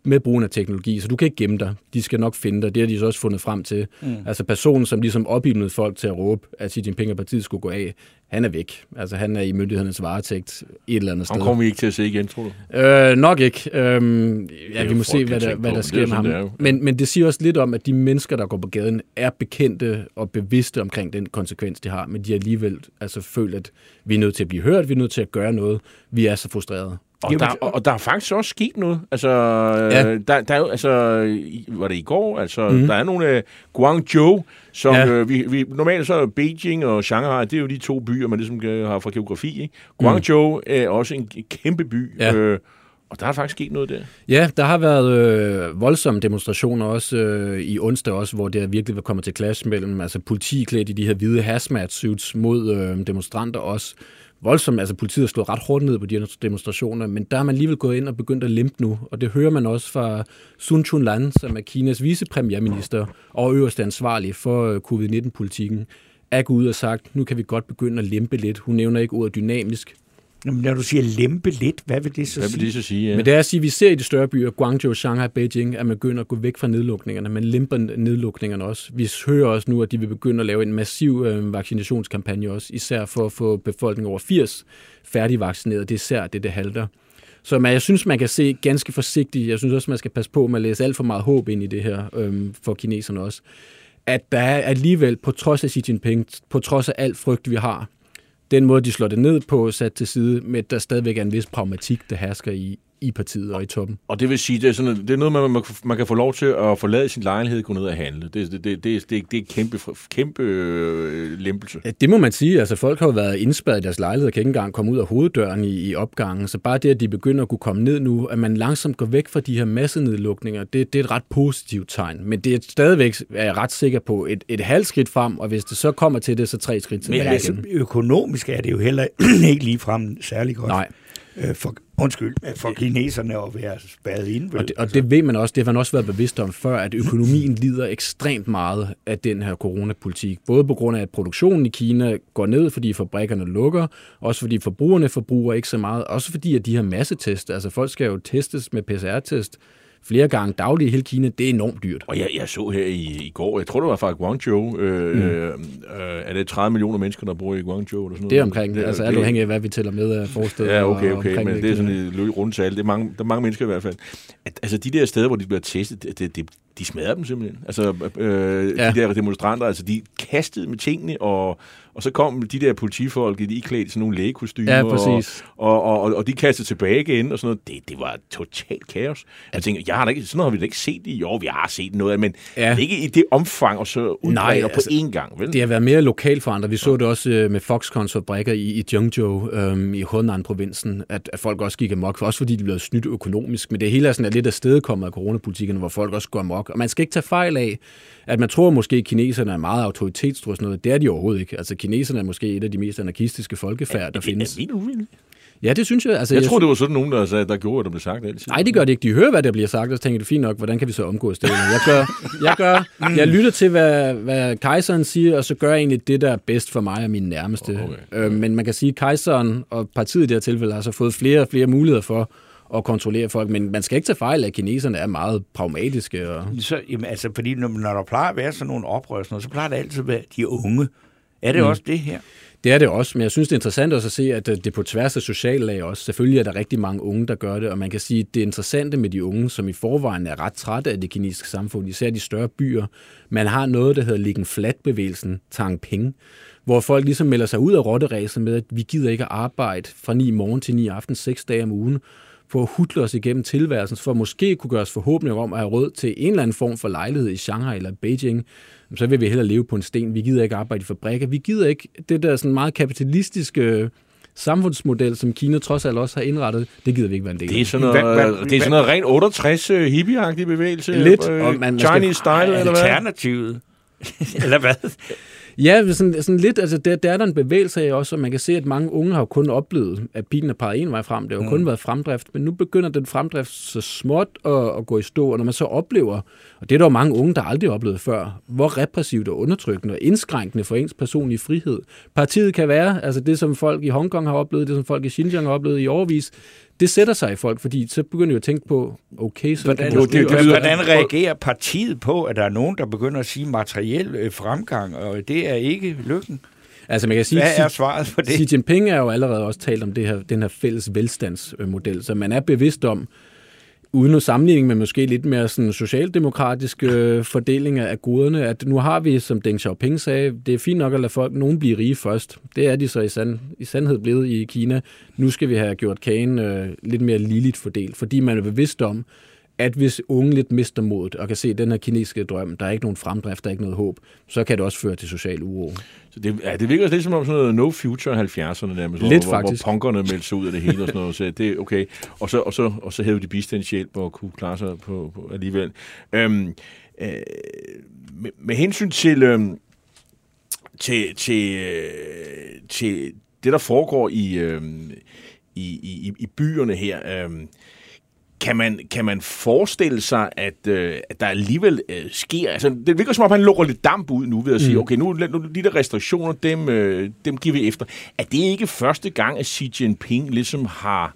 med brugen af teknologi, så du kan ikke gemme dig. De skal nok finde dig. Det har de så også fundet frem til. Mm. Altså personen, som ligesom opildnede folk til at råbe, at Xi Jinping og partiet skulle gå af, han er væk. Altså han er i myndighedernes varetægt et eller andet sted. Han kommer vi ikke til at se igen, tror du? Øh, nok ikke. Øhm, ja, vi må se, hvad der, hvad der sker med ham. Ja. Men, men det siger også lidt om, at de mennesker, der går på gaden, er bekendte og bevidste omkring den konsekvens, de har, men de alligevel altså føler, at vi er nødt til at blive hørt, vi er nødt til at gøre noget. Vi er så frustrerede. Og der, og der er faktisk også sket noget. Altså, ja. der, der er jo, altså, var det i går? Altså, mm. der er nogle uh, Guangzhou, som ja. øh, vi, vi normalt så er Beijing og Shanghai, det er jo de to byer, man ligesom har fra geografi. Ikke? Guangzhou mm. er også en kæmpe by. Ja. Øh, Og der er faktisk sket noget der. Ja, der har været øh, voldsomme demonstrationer også øh, i onsdag også, hvor det virkelig var kommet til clash mellem altså politi klædt i de her hvide hazmat suits mod øh, demonstranter også. Voldsomt, altså politiet har slået ret hårdt ned på de demonstrationer, men der er man alligevel gået ind og begyndt at lempe nu, og det hører man også fra Sun Chunlan, som er Kinas vicepremierminister og øverste ansvarlig for covid nitten-politikken, er gået ud og sagt, nu kan vi godt begynde at lempe lidt. Hun nævner ikke ordet dynamisk. Men når du siger lempe lidt, hvad vil det så hvad sige? Vil det så sige ja. Men det er at sige, at vi ser i de større byer, Guangzhou, Shanghai, Beijing, at man begynder at gå væk fra nedlukningerne. Man lemper nedlukningerne også. Vi hører også nu, at de vil begynde at lave en massiv øh, vaccinationskampagne også, især for at få befolkningen over firs færdigvaccineret. Det er især det, det halter. Så man, jeg synes, man kan se ganske forsigtigt. Jeg synes også, man skal passe på med at læse alt for meget håb ind i det her øh, for kineserne også. At der er alligevel, på trods af Xi Jinping, på trods af alt frygt, vi har, den måde, de slår det ned på, sat til side, med der stadigvæk er en vis pragmatik, der hersker i, i partiet og i toppen. Og det vil sige, det er, sådan, det er noget, man, man, man kan få lov til at forlade sin lejlighed og gå ned og handle. Det, det, det, det, det, det er kæmpe, kæmpe øh, lempelse. Ja, det må man sige. Altså, folk har jo været indspærret i deres lejlighed og kan ikke engang komme ud af hoveddøren i, i opgangen. Så bare det, at de begynder at kunne komme ned nu, at man langsomt går væk fra de her massenedlukninger, det, det er et ret positivt tegn. Men det er stadigvæk, er jeg ret sikker på, et, et halvt skridt frem, og hvis det så kommer til det, så tre skridt tilbage. Men altså, økonomisk er det jo heller ikke ligefrem særlig godt. Nej. For, undskyld, for kineserne at være spadet inde. Og det, og det ved man også, det har man også været bevidst om før, at økonomien lider ekstremt meget af den her coronapolitik. Både på grund af, at produktionen i Kina går ned, fordi fabrikkerne lukker, også fordi forbrugerne forbruger ikke så meget, også fordi at de her massetest, altså folk skal jo testes med P C R-test, flere gange dagligt i hele Kina, det er enormt dyrt. Og jeg, jeg så her i, i går, jeg tror det var fra Guangzhou, øh, mm. øh, er det tredive millioner mennesker, der bor i Guangzhou? Eller sådan noget? Det er omkring, det, altså alt afhængig af, hvad vi tæller med af forstedet. Ja, okay, okay, men det, det er sådan et løb rundt tal. Det er mange, der er mange mennesker i hvert fald. At, altså de der steder, hvor de bliver testet, det, det, de smadrer dem simpelthen. Altså øh, ja. De der demonstranter, altså de kastede med tingene, og Og så kom de der politifolk, de iklædte sådan nogle lægekostymer, ja, præcis. Og, og, og, og de kastede tilbage igen, og sådan noget. Det, det var totalt kaos. Jeg tænker, jeg har da ikke, sådan noget har vi da ikke set i år. Vi har set noget, men ja. Ikke i det omfang, og så udbredt altså, på én gang. Vel? Det har været mere lokalt forandret. Vi så ja. Det også øh, med Foxconns fabrikker i, i Zhengzhou, øh, i Hunan-provinsen, at, at folk også gik amok, også fordi de blev snydt økonomisk. Men det hele er sådan lidt afstedkommet af coronapolitikken, hvor folk også går amok. Og man skal ikke tage fejl af, at man tror måske, at kineserne er meget autoritetstro og sådan noget. Det er de overhovedet ikke. Altså kineserne er måske et af de mest anarkistiske folkefærd, der er, findes. Er, er, er ja, det synes jeg. Altså, jeg, jeg tror, det var sådan nogen, der, sagde, der gjorde, at der blev sagt altid. Nej, det gør det ikke. De hører, hvad der bliver sagt, og så tænker de, fint nok, hvordan kan vi så omgås det? Jeg gør, jeg gør, jeg lytter til, hvad, hvad kejseren siger, og så gør jeg egentlig det, der er bedst for mig og mine nærmeste. Okay. Øh, men man kan sige, at kejseren og partiet i det her tilfælde har så fået flere og flere muligheder for at kontrollere folk, men man skal ikke tage fejl af, at kineserne er meget pragmatiske. Og... Så, jamen, altså, fordi når, når der plejer at være sådan nogle oprør, så plejer det altid at være de unge. Er det mm. også det her? Det er det også, men jeg synes, det er interessant også at se, at det på tværs af sociale lag også. Selvfølgelig er der rigtig mange unge, der gør det, og man kan sige, at det interessante med de unge, som i forvejen er ret trætte af det kinesiske samfund, især de større byer, man har noget, der hedder liggen flat-bevægelsen, Tangping, hvor folk ligesom melder sig ud af rotteræset med, at vi gider ikke at arbejde fra ni morgen til ni aften, seks dage om ugen, for at hudle os igennem tilværelsen, for at måske kunne gøre os forhåbninger om at have råd til en eller anden form for lejlighed i Shanghai eller Beijing, så vil vi hellere leve på en sten. Vi gider ikke arbejde i fabrikker. Vi gider ikke det der sådan meget kapitalistiske samfundsmodel, som Kina trods alt også har indrettet. Det gider vi ikke være en del af. Det er sådan noget, hva, hva, det er sådan noget rent otteogtres hippie-agtig bevægelse. Lidt. Øh, og man, Chinese style, eller hvad? Alternativet. Eller hvad? Ja, sådan, sådan lidt, altså der, der er der en bevægelse af også, og man kan se, at mange unge har jo kun oplevet, at bilen er peget en vej frem. Det har jo mm. kun været fremdrift, men nu begynder den fremdrift så småt at, at gå i stå, og når man så oplever, og det er der jo mange unge, der aldrig har oplevet før, hvor repressivt og undertrykkende og indskrænkende for ens personlige frihed partiet kan være, altså det som folk i Hongkong har oplevet, det som folk i Xinjiang har oplevet i årevis, det sætter sig i folk, fordi så begynder de at tænke på, okay, så hvordan, kan det, det, det, hvordan reagerer partiet på, at der er nogen, der begynder at sige materiel øh, fremgang, og det er ikke lykken? Altså man kan sige, hvad er svaret på det? Xi Jinping er jo allerede også talt om det her, den her fælles velstandsmodel, så man er bevidst om, uden at sammenligning med måske lidt mere sådan socialdemokratiske øh, fordelinger af goderne, at nu har vi, som Deng Xiaoping sagde, det er fint nok at lade folk, nogen blive rige først. Det er de så i, sand, i sandhed blevet i Kina. Nu skal vi have gjort kagen øh, lidt mere ligeligt fordelt, fordi man er bevidst om, at hvis unge lidt mister modet og kan se den her kinesiske drøm, der er ikke nogen fremdrift, der er ikke noget håb, så kan det også føre til social uro. Så det, ja, det virker lidt som om sådan noget no future halvfjerdserne der, med sådan, lidt hvor, faktisk. hvor punkerne meldte sig ud af det hele og sådan noget. Så det er okay. Og så, og så, og så havde de bistandshjælp og kunne klare sig på, på alligevel. Øhm, øh, med, med hensyn til, øhm, til, til, øh, til det, der foregår i, øh, i, i, i byerne her, øh, Kan man, kan man forestille sig, at, øh, at der alligevel øh, sker... Altså, det virker som om, han lukker lidt damp ud nu ved at sige, mm. okay, nu, nu de der restriktioner, dem, øh, dem giver vi efter. Er det ikke første gang, at Xi Jinping ligesom har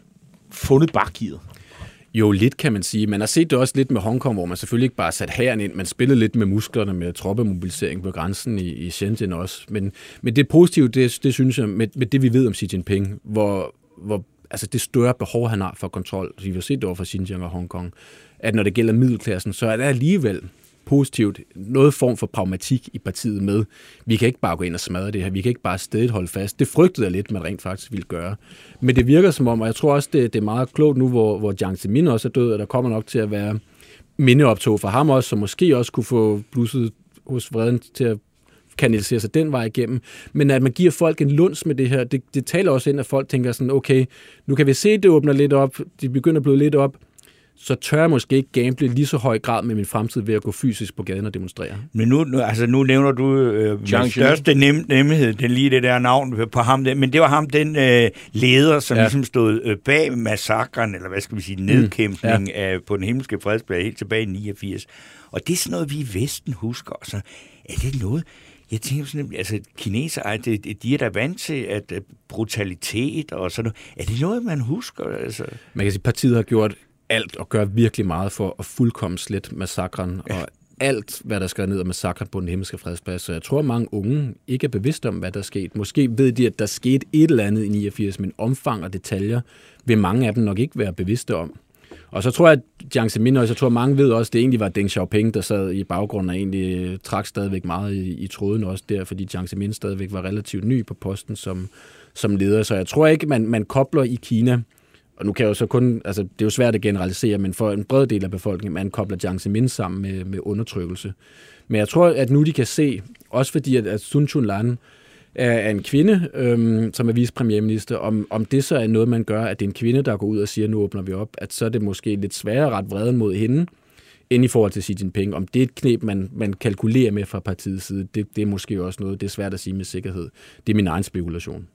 fundet bakgearet? Jo, lidt kan man sige. Man har set det også lidt med Hongkong, hvor man selvfølgelig ikke bare sat hæren ind, man spillede lidt med musklerne med troppemobilisering på grænsen i, i Shenzhen også. Men, men det positive, det, det synes jeg, med, med det vi ved om Xi Jinping, hvor, hvor altså det større behov, han har for kontrol, vi har set det over for Xinjiang og Hongkong, at når det gælder middelklassen, så er der alligevel positivt noget form for pragmatik i partiet med. Vi kan ikke bare gå ind og smadre det her, vi kan ikke bare stedigt holde fast. Det frygtede jeg lidt, man rent faktisk ville gøre. Men det virker som om, og jeg tror også, det, det er meget klogt nu, hvor, hvor Jiang Zemin også er død, og der kommer nok til at være mindeoptog for ham også, som måske også kunne få blusset hos vreden til at kanalisere sig den vej igennem, men at man giver folk en luns med det her, det, det taler også ind, at folk tænker sådan, okay, nu kan vi se, at det åbner lidt op, de begynder at blive lidt op, så tør jeg måske ikke gamble lige så høj grad med min fremtid ved at gå fysisk på gaden og demonstrere. Men nu, nu, altså nu nævner du øh, min største nem, nemhed, den lige det der navn på ham, men det var ham, den øh, leder, som ja. ligesom stod øh, bag massakren, eller hvad skal vi sige, nedkæmpning mm, ja. af, på den himmelske fredsplads helt tilbage i niogfirs. Og det er sådan noget, vi i Vesten husker. Så er det noget... Jeg tænker sådan, altså kinesere, de, de er da vant til at brutalitet og sådan noget. Er det noget, man husker? Altså? Man kan sige, at partiet har gjort alt og gør virkelig meget for at fuldkommen slet massakren, ja. og alt, hvad der skal ned af massakren på den himmelske fredsplads. Så jeg tror, at mange unge ikke er bevidste om, hvad der er sket. Måske ved de, at der skete et eller andet i niogfirs, men omfang og detaljer vil mange af dem nok ikke være bevidste om. Og så tror jeg, at Jiang Zemin også, jeg tror, mange ved også, at det egentlig var Deng Xiaoping, der sad i baggrunden og egentlig trak stadigvæk meget i, i tråden også der, fordi Jiang Zemin stadigvæk var relativt ny på posten som, som leder. Så jeg tror ikke, man, man kobler i Kina, og nu kan jeg jo så kun, altså det er jo svært at generalisere, men for en bred del af befolkningen, man kobler Jiang Zemin sammen med, med undertrykkelse. Men jeg tror, at nu de kan se, også fordi at, at Sun Chunlan er en kvinde, øhm, som er vicepremierminister, om, om det så er noget, man gør, at det er en kvinde, der går ud og siger, nu åbner vi op, at så er det måske lidt sværere at rette vreden mod hende, end i forhold til Xi Jinping. Om det er et knep, man, man kalkulerer med fra partiets side, det, det er måske også noget, det er svært at sige med sikkerhed. Det er min egen spekulation.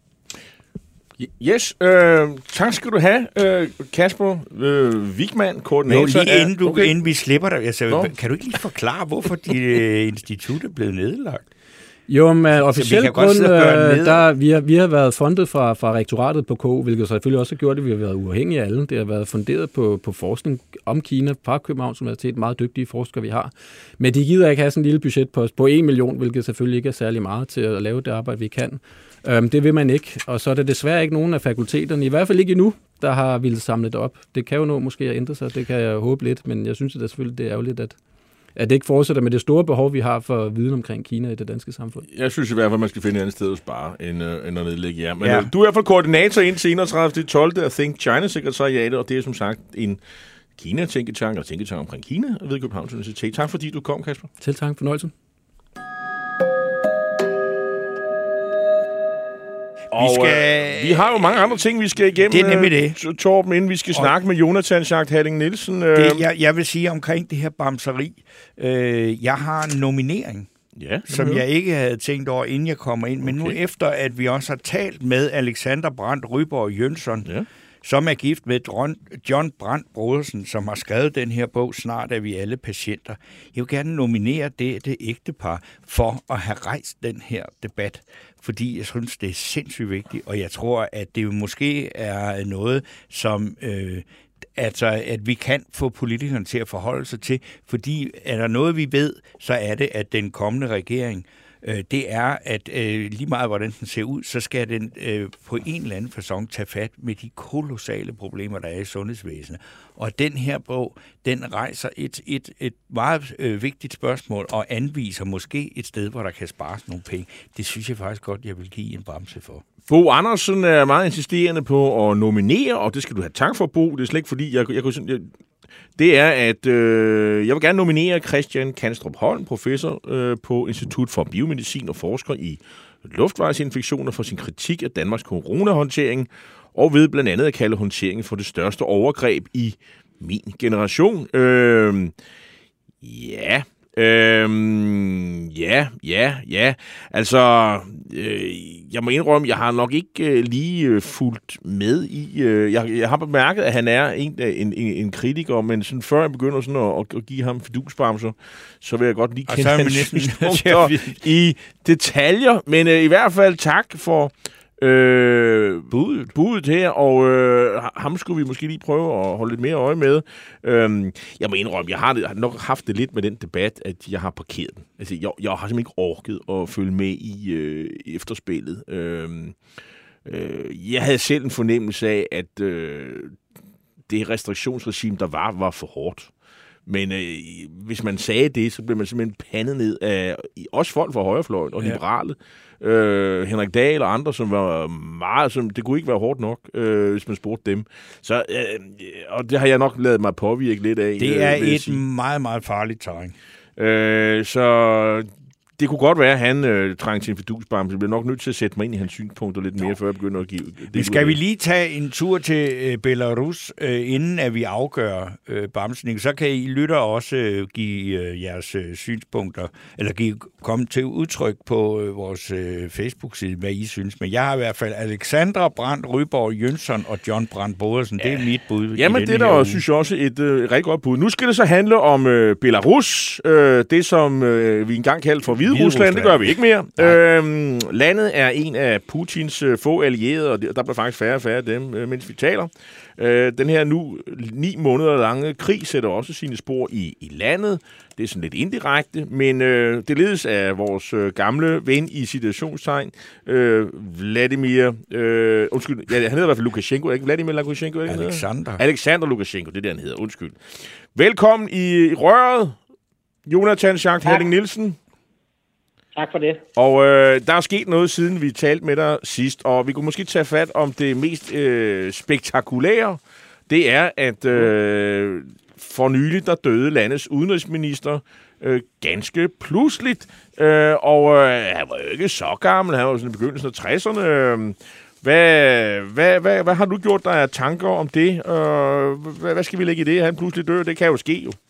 Yes, øh, tak skal du have, øh, Kasper øh, Wichmann, koordinator. Jo, lige inden, du, okay. inden vi slipper dig, altså, kan du ikke lige forklare, hvorfor dit uh, institut er blevet nedlagt? Jo, med officielt grund, der, vi, har, vi har været fundet fra, fra rektoratet på K U, hvilket selvfølgelig også har gjort det, vi har været uafhængige af alle. Det har været funderet på, på forskning om Kina, fra Københavns Universitet, meget dygtige forskere, vi har. Men de gider ikke have sådan en lille budgetpost på en million, hvilket selvfølgelig ikke er særlig meget til at lave det arbejde, vi kan. Øhm, det vil man ikke, og så er det desværre ikke nogen af fakulteterne, i hvert fald ikke endnu, der har ville samle det op. Det kan jo nå måske at ændre sig, det kan jeg håbe lidt, men jeg synes at det selvfølgelig, det er ærgerligt, at at det ikke fortsætter med det store behov, vi har for viden omkring Kina i det danske samfund. Jeg synes i hvert fald, at man skal finde et andet sted at spare, end, øh, end at nedlægge jer. Men ja. øh, du er i hvert fald koordinator indtil enogtredivte tolvte af Think China-sekretariatet, og det er som sagt en Kina-tænketank og tænketank omkring Kina ved Københavns Universitet. Tak fordi du kom, Kasper. Selv tak, fornøjelse. Og vi, skal... øh, vi har jo mange andre ting, vi skal igennem. Det er nemlig det. Øh, Torben, inden vi skal og... snakke med Jonathan Schacht Halling Nielsen. Øh... Det, jeg, jeg vil sige omkring det her bamseri. Øh, jeg har en nominering, ja, som jeg ikke havde tænkt over, inden jeg kommer ind. Men okay. Nu efter, at vi også har talt med Alexander Brandt Ryborg Jønsson, ja. som er gift med John Brandt Brodersen, som har skrevet den her bog, Snart er vi alle patienter. Jeg vil gerne nominere det, det ægtepar for at have rejst den her debat, fordi jeg synes, det er sindssygt vigtigt, og jeg tror, at det jo måske er noget, som øh, altså, at vi kan få politikerne til at forholde sig til, fordi er der noget, vi ved, så er det, at den kommende regering, øh, det er, at øh, lige meget hvordan den ser ud, så skal den øh, på en eller anden facon tage fat med de kolossale problemer, der er i sundhedsvæsenet. Og den her bog, den rejser et, et, et meget øh, vigtigt spørgsmål og anviser måske et sted, hvor der kan spares nogle penge. Det synes jeg faktisk godt, jeg vil give en bremse for. Bo Andersen er meget insisterende på at nominere, og det skal du have tak for, Bo. Det er slet ikke fordi, jeg, jeg, jeg det er, at øh, jeg vil gerne nominere Christian Kanstrup Holm, professor øh, på Institut for Biomedicin og forsker i luftvejsinfektioner, for sin kritik af Danmarks coronahåndtering, og ved blandt andet at kalde håndteringen for det største overgreb i min generation. Øh, ja... Øhm, ja, ja, ja. Altså, øh, jeg må indrømme, jeg har nok ikke øh, lige øh, fulgt med i... Øh, jeg, jeg har bemærket, at han er en, en, en, en kritiker, men sådan, før jeg begynder sådan at, at give ham fidusbremser, så vil jeg godt lige kende hans synspunkter i detaljer. Men øh, i hvert fald tak for... Øh, budet, budet her, og øh, ham skulle vi måske lige prøve at holde lidt mere øje med. Øh, jeg må indrømme, jeg har, det, har nok haft det lidt med den debat, at jeg har parkeret den. Altså, jeg, jeg har simpelthen ikke orket at følge med i øh, efterspillet. Øh, øh, jeg havde selv en fornemmelse af, at øh, det restriktionsregime, der var, var for hårdt. Men øh, hvis man sagde det, så blev man simpelthen pandet ned af også folk fra højrefløjen og liberale. Øh, Henrik Dahl og andre, som var meget... Som, det kunne ikke være hårdt nok, øh, hvis man spurgte dem. Så, øh, og det har jeg nok ladet mig påvirke lidt af. Det er øh, et meget, meget farligt terræn. Øh, så... Det kunne godt være, at han øh, trængte til en fidusbremse. Jeg bliver nok nødt til at sætte mig ind i hans synspunkter lidt mere, før jeg begynder at give... Det skal vi lige tage en tur til øh, Belarus, øh, inden at vi afgør øh, bremsning? Så kan I lytter også øh, give øh, jeres øh, synspunkter, eller give, komme til udtryk på øh, vores øh, Facebook-side, hvad I synes. Men jeg har i hvert fald Alexandra Brandt Ryborg Jønsson og John Brandt Bodersen. Ja. Det er mit bud. Jamen, det er der, synes jeg også, et øh, rigtig godt bud. Nu skal det så handle om øh, Belarus, øh, det som øh, vi engang kaldte for Hvide Rusland, det gør vi ikke mere. Øhm, landet er en af Putins øh, få allierede, og der bliver faktisk færre og færre af dem, øh, mens vi taler. Øh, den her nu ni måneder lange krig sætter også sine spor i, i landet. Det er sådan lidt indirekte, men øh, det ledes af vores øh, gamle ven i situationstegn, øh, Vladimir... Øh, undskyld, ja, han hedder i hvert fald Lukashenko, ikke? Vladimir Lukashenko, ikke? Alexander. Alexander Lukashenko, det er det, han hedder. Undskyld. Velkommen i, i røret, Jonathan Schacht Helling Nielsen. Tak for det. Og øh, der er sket noget, siden vi talte med dig sidst, og vi kunne måske tage fat om det mest øh, spektakulære. Det er, at øh, for nylig, der døde landets udenrigsminister øh, ganske pludseligt. Øh, og øh, han var jo ikke så gammel, han var sådan i begyndelsen af tresserne. Øh, hvad, hvad, hvad, hvad har du gjort dig af tanker om det? Øh, hvad, hvad skal vi lægge i det, at han pludselig dør? Det kan jo ske jo.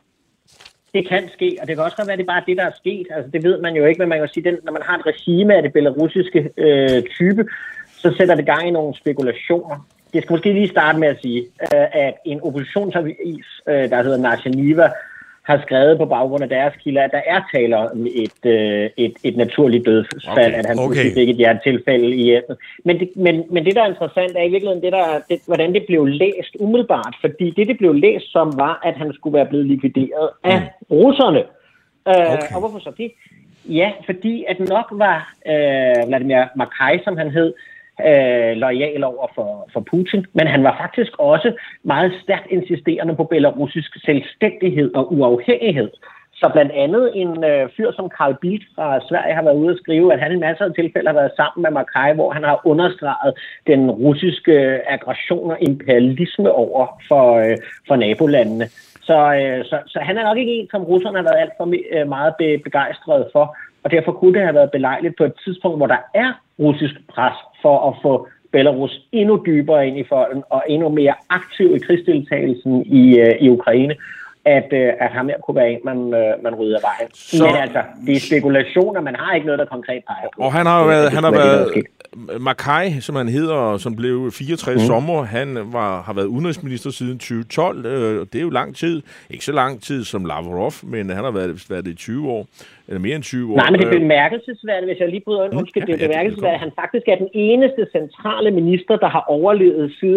Det kan ske, og det kan også godt være, at det er bare det, der er sket. Altså, det ved man jo ikke, men man kan sige, at når man har et regime af det belarusiske øh, type, så sætter det gang i nogle spekulationer. Jeg skal måske lige starte med at sige, øh, at en oppositionsavis, øh, der hedder Naša Niva, har skrevet på baggrund af deres kilder, at der er taler om et, øh, et, et naturligt dødsfald, okay, at han okay. fik et hjertetilfælde i hjemmet. Men det, men, men det, der er interessant, er i virkeligheden, det, der, det, hvordan det blev læst umiddelbart. Fordi det, det blev læst som, var, at han skulle være blevet likvideret af mm. russerne. Okay. Øh, og hvorfor så det? Ja, fordi at nok var øh, Vladimir Makai, som han hed, Øh, loyal over for, for Putin, men han var faktisk også meget stærkt insisterende på belarusisk selvstændighed og uafhængighed. Så blandt andet en øh, fyr som Carl Bildt fra Sverige har været ude at skrive, at han i masser af tilfælde har været sammen med Makai, hvor han har understreget den russiske aggression og imperialisme over for, øh, for nabolandene. Så, øh, så, så han er nok ikke en, som russerne har været alt for øh, meget be, begejstrede for, og derfor kunne det have været belejligt på et tidspunkt, hvor der er russisk pres for at få Belarus endnu dybere ind i folden og endnu mere aktiv i krigsdeltagelsen i, øh, i Ukraine, at, øh, at ham her kunne være en, man, øh, man rydder vejen. Så... Men altså, det er spekulationer, man har ikke noget, der konkret peger på. Og han har jo været, han har været Makai, som han hedder, som blev fireogtres mm. sommer, han var, har været udenrigsminister siden tyve tolv, øh, og det er jo lang tid. Ikke så lang tid som Lavrov, men han har været, været det i tyve år, eller mere end tyve år. Nej, men det er bemærkelsesværdigt, hvis jeg lige bryder ind, undskyld, det er bemærkelsesværdigt, at han faktisk er den eneste centrale minister, der har overlevet siden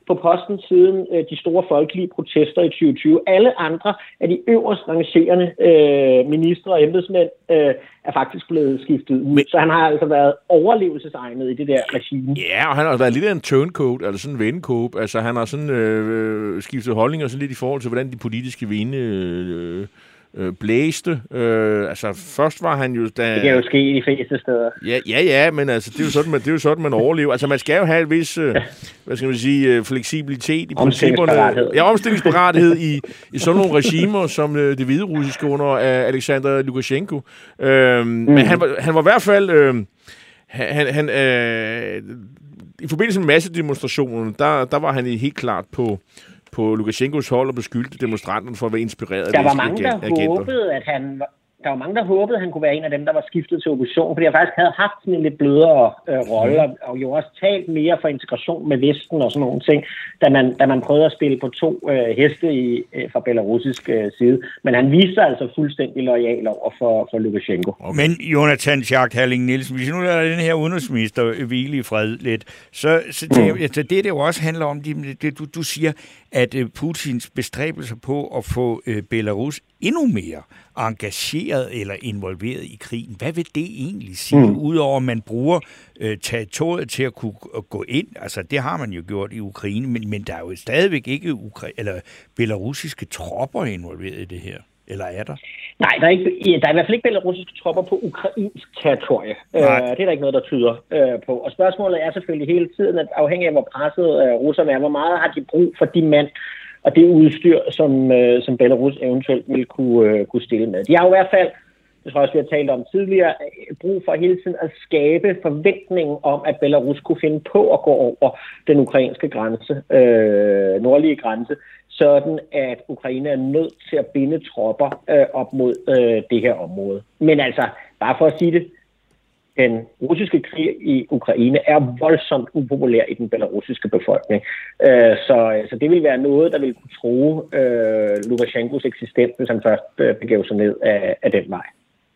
på posten siden øh, de store folkelige protester i tyve tyve. Alle andre af de øverst rangerende øh, ministre og embedsmænd øh, er faktisk blevet skiftet ud. Men, så han har altså været overlevelsesegnet i det der regime. Ja, og han har været lidt af en turncoat, altså sådan en vendekåb. Altså han har sådan øh, skiftet holdninger sådan lidt i forhold til, hvordan de politiske vinde øh, øh, blæste. Øh, altså først var han jo... Da, det kan jo ske i de fleste steder. Ja, ja, ja, men altså det er jo sådan, man, det er jo sådan, man overlever. Altså man skal jo have en vis, øh, hvad skal man sige, fleksibilitet i principperne. Ja, omstillingsparathed i, i sådan nogle regimer, som øh, det hvide russiske under uh, Alexander Lukashenko. Øh, mm. Men han var, han var i hvert fald... Øh, han, han, øh, i forbindelse med massedemonstrationerne, der, der var han helt klart på... på Lukashenkos hold og beskyldte demonstranterne for at være inspireret af der var mange, der agenter. håbede, at han der var mange, der håbede, at han kunne være en af dem, der var skiftet til opposition, fordi jeg faktisk havde haft sådan en lidt blødere øh, rolle, og, og jo også talt mere for integration med Vesten og sådan nogle ting, da man, da man prøvede at spille på to øh, heste i, øh, fra belarusisk øh, side. Men han viste sig altså fuldstændig loyal over for, for Lukashenko. Okay. Men Jonathan Schacht Halling Nielsen, hvis nu lader den her udenrigsminister hvile i fred lidt, så, så det, mm. altså, det, det jo også handler om, det, det, du, du siger, at øh, Putins bestræbelser på at få øh, Belarus endnu mere engageret eller involveret i krigen. Hvad vil det egentlig sige, mm. udover at man bruger øh, territoriet til at kunne at gå ind? Altså, det har man jo gjort i Ukraine, men, men der er jo stadigvæk ikke ukra- eller belarusiske tropper involveret i det her. Eller er der? Nej, der er, ikke, der er i hvert fald ikke belarusiske tropper på ukrainsk territorie. Øh, det er der ikke noget, der tyder øh, på. Og spørgsmålet er selvfølgelig hele tiden, at afhængig af, hvor presset øh, russerne er, hvor meget har de brug for de mænd og det udstyr, som, øh, som Belarus eventuelt vil kunne, øh, kunne stille med. De har jo i hvert fald, det tror jeg også, vi har talt om tidligere, brug for hele tiden at skabe forventningen om, at Belarus kunne finde på at gå over den ukrainske grænse, øh, nordlige grænse, sådan at Ukraine er nødt til at binde tropper øh, op mod øh, det her område. Men altså, bare for at sige det, den russiske krig i Ukraine er voldsomt upopulær i den belarusiske befolkning. Øh, så, så det vil være noget, der vil kunne true øh, Lukashenkos eksistens, hvis han først øh, begav sig ned af, af den vej.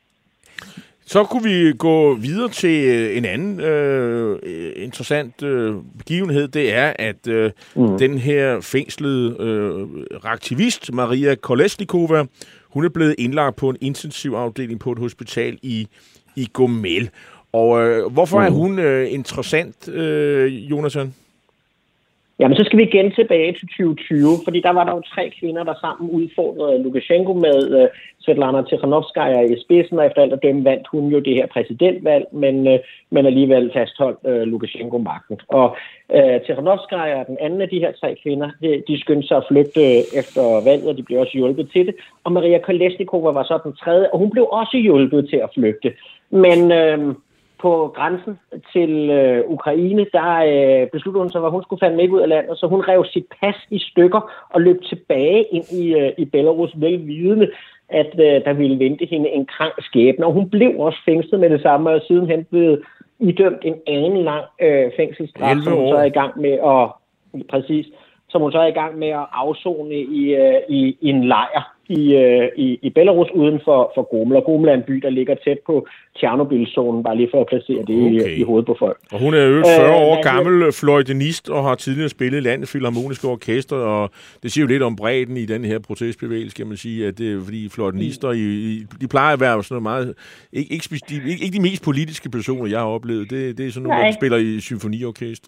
Så kunne vi gå videre til en anden øh, interessant øh, begivenhed. Det er, at øh, mm. den her fængslede øh, aktivist, Maria Kolesnikova, hun er blevet indlagt på en intensivafdeling på et hospital i, i Gomel. Og øh, hvorfor mm. er hun øh, interessant, øh, Jonathan? Jamen, så skal vi igen tilbage til tyve tyve, fordi der var der jo tre kvinder, der sammen udfordrede Lukashenko med uh, Svetlana Tikhanovskaya i spidsen, og efter alt at dømme vandt hun jo det her præsidentvalg, men, uh, men alligevel fastholdt uh, Lukashenko magten. Og uh, Tikhanovskaya, den anden af de her tre kvinder, de, de skyndte sig at flygte efter valget, og de blev også hjulpet til det. Og Maria Kolesnikova var så den tredje, og hun blev også hjulpet til at flygte. Men... Uh, På grænsen til øh, Ukraine, der øh, besluttede hun sig, at hun skulle fandme ikke ud af landet, så hun rev sit pas i stykker og løb tilbage ind i, øh, i Belarus, velvidende, at øh, der ville vente hende en krank skæbne. Og hun blev også fængslet med det samme, og sidenhen blev idømt en anden lang øh, fængselsstraf, som hun så er i gang med at, præcis, som hun så er i gang med at afzone i, øh, i, i en lejr i, øh, i, i Belarus uden for, for Gomel. Og Gomel er en by, der ligger tæt på Tjernobyl-zonen, bare lige for at placere det okay. i, i hovedet på folk. Og hun er jo fyrre år øh, gammel fløjtenist og har tidligere spillet landets filharmoniske orkester, og det siger jo lidt om bredden i den her protestbevægelse, kan man sige, at det er fordi fløjtenister, i, de plejer at være sådan noget meget, ikke, ikke, de, ikke, ikke de mest politiske personer, jeg har oplevet, det, det er sådan nogle, der spiller i symfoniorkester.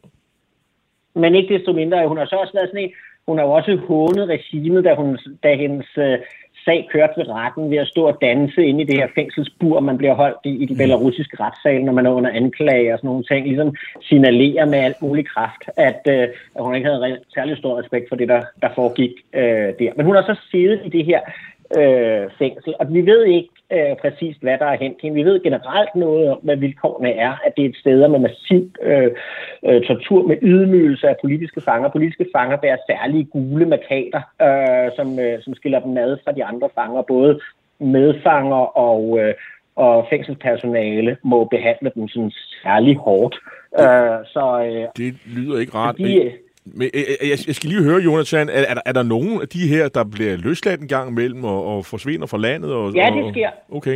Men ikke desto mindre, hun har så også været sådan en, hun har jo også hånet regimet, da, hun, da hendes øh, sag kørte ved retten ved at stå og danse inde i det her fængselsbur, man bliver holdt i, i de belarusiske retssale, når man er under anklage og sådan nogle ting, ligesom signalerer med alt mulig kraft, at, øh, at hun ikke havde særlig stor respekt for det, der, der foregik øh, der. Men hun har så siddet i det her øh, fængsel, og vi ved ikke øh, præcist, hvad der er hent hende. Vi ved generelt noget om, hvad vilkårene er, at det er et sted med massiv øh, øh, tortur, med ydmygelse af politiske fanger. Politiske fanger bærer særlige gule markader, øh, som, øh, som skiller dem ad fra de andre fanger. Både medfanger og, øh, og fængselspersonale må behandle dem sådan særlig hårdt. Det, øh, så, øh, det lyder ikke rart. De, Men jeg skal lige høre, Jonathan, er, er, der, er der nogen af de her, der bliver løsladt en gang imellem og, og forsvinder fra landet? Og, ja, det sker. Okay.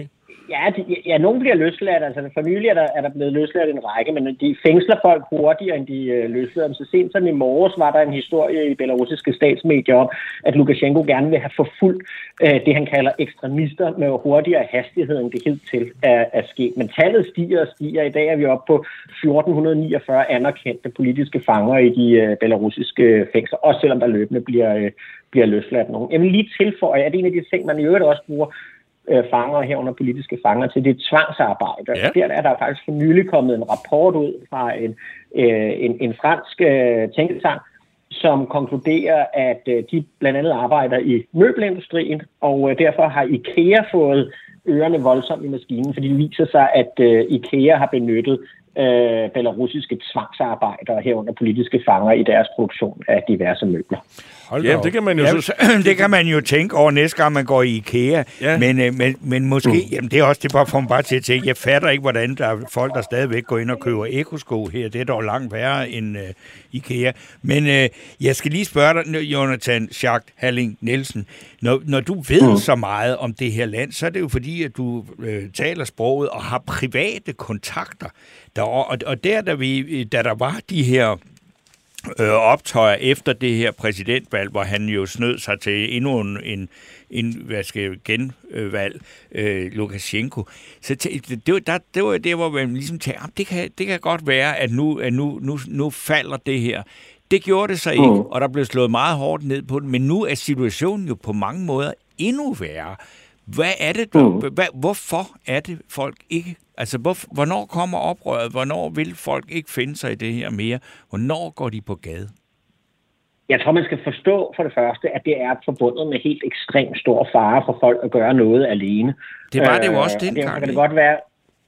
Ja, de, ja, nogen bliver løsladt. Altså, for nylig er der, er der blevet løsladt en række, men de fængsler folk hurtigere, end de øh, løslader dem. Så sent som i morges var der en historie i belarusiske statsmedier om, at Lukashenko gerne vil have forfulgt øh, det, han kalder ekstremister med hurtigere hastighed, end det hidtil er, er sket. Men tallet stiger og stiger. I dag er vi oppe på fjorten niogfyrre anerkendte politiske fanger i de øh, belarusiske fængsler, også selvom der løbende bliver, øh, bliver løsladt nogen. Jeg vil lige tilføje, at en af de ting, man i øvrigt også bruger fanger herunder politiske fanger til det tvangsarbejde. Ja. Der er der faktisk for nylig kommet en rapport ud fra en, en, en fransk tænketank, som konkluderer, at de blandt andet arbejder i møbelindustrien, og derfor har IKEA fået ørerne voldsomt i maskinen, fordi det viser sig, at IKEA har benyttet øh, belarusiske tvangsarbejdere herunder politiske fanger i deres produktion af diverse møbler. Ja, det kan man jo ja, så... det kan man jo tænke over næste gang, man går i IKEA. Ja. Men, øh, men, men måske... Mm. Jamen, det er også det, bare får man bare til at tænke. Jeg fatter ikke, hvordan der er folk, der stadigvæk går ind og køber ekosko her. Det er dog langt værre end øh, IKEA. Men øh, jeg skal lige spørge dig, Jonathan Schacht Halling Nielsen. Når, når du ved mm. så meget om det her land, så er det jo fordi, at du øh, taler sproget og har private kontakter. Der, og, og der, da, vi, da der var de her... Øh, optøjer efter det her præsidentvalg, hvor han jo snød sig til endnu en, en, en hvad skal jeg, genvalg, øh, Lukashenko. Så t- det, var, der, det var det, hvor man ligesom tænkte, det kan, det kan godt være, at nu, at nu, nu, nu falder det her. Det gjorde det så ikke, mm. og der blev slået meget hårdt ned på det, men nu er situationen jo på mange måder endnu værre. Hvad er det, der, mm. hvad, hvorfor er det folk ikke, altså hvor, hvornår kommer oprøret, hvornår vil folk ikke finde sig i det her mere, hvornår går de på gade? Jeg tror, man skal forstå for det første, at det er forbundet med helt ekstremt stor fare for folk at gøre noget alene. Det var det jo også dengang. Det kan det godt være.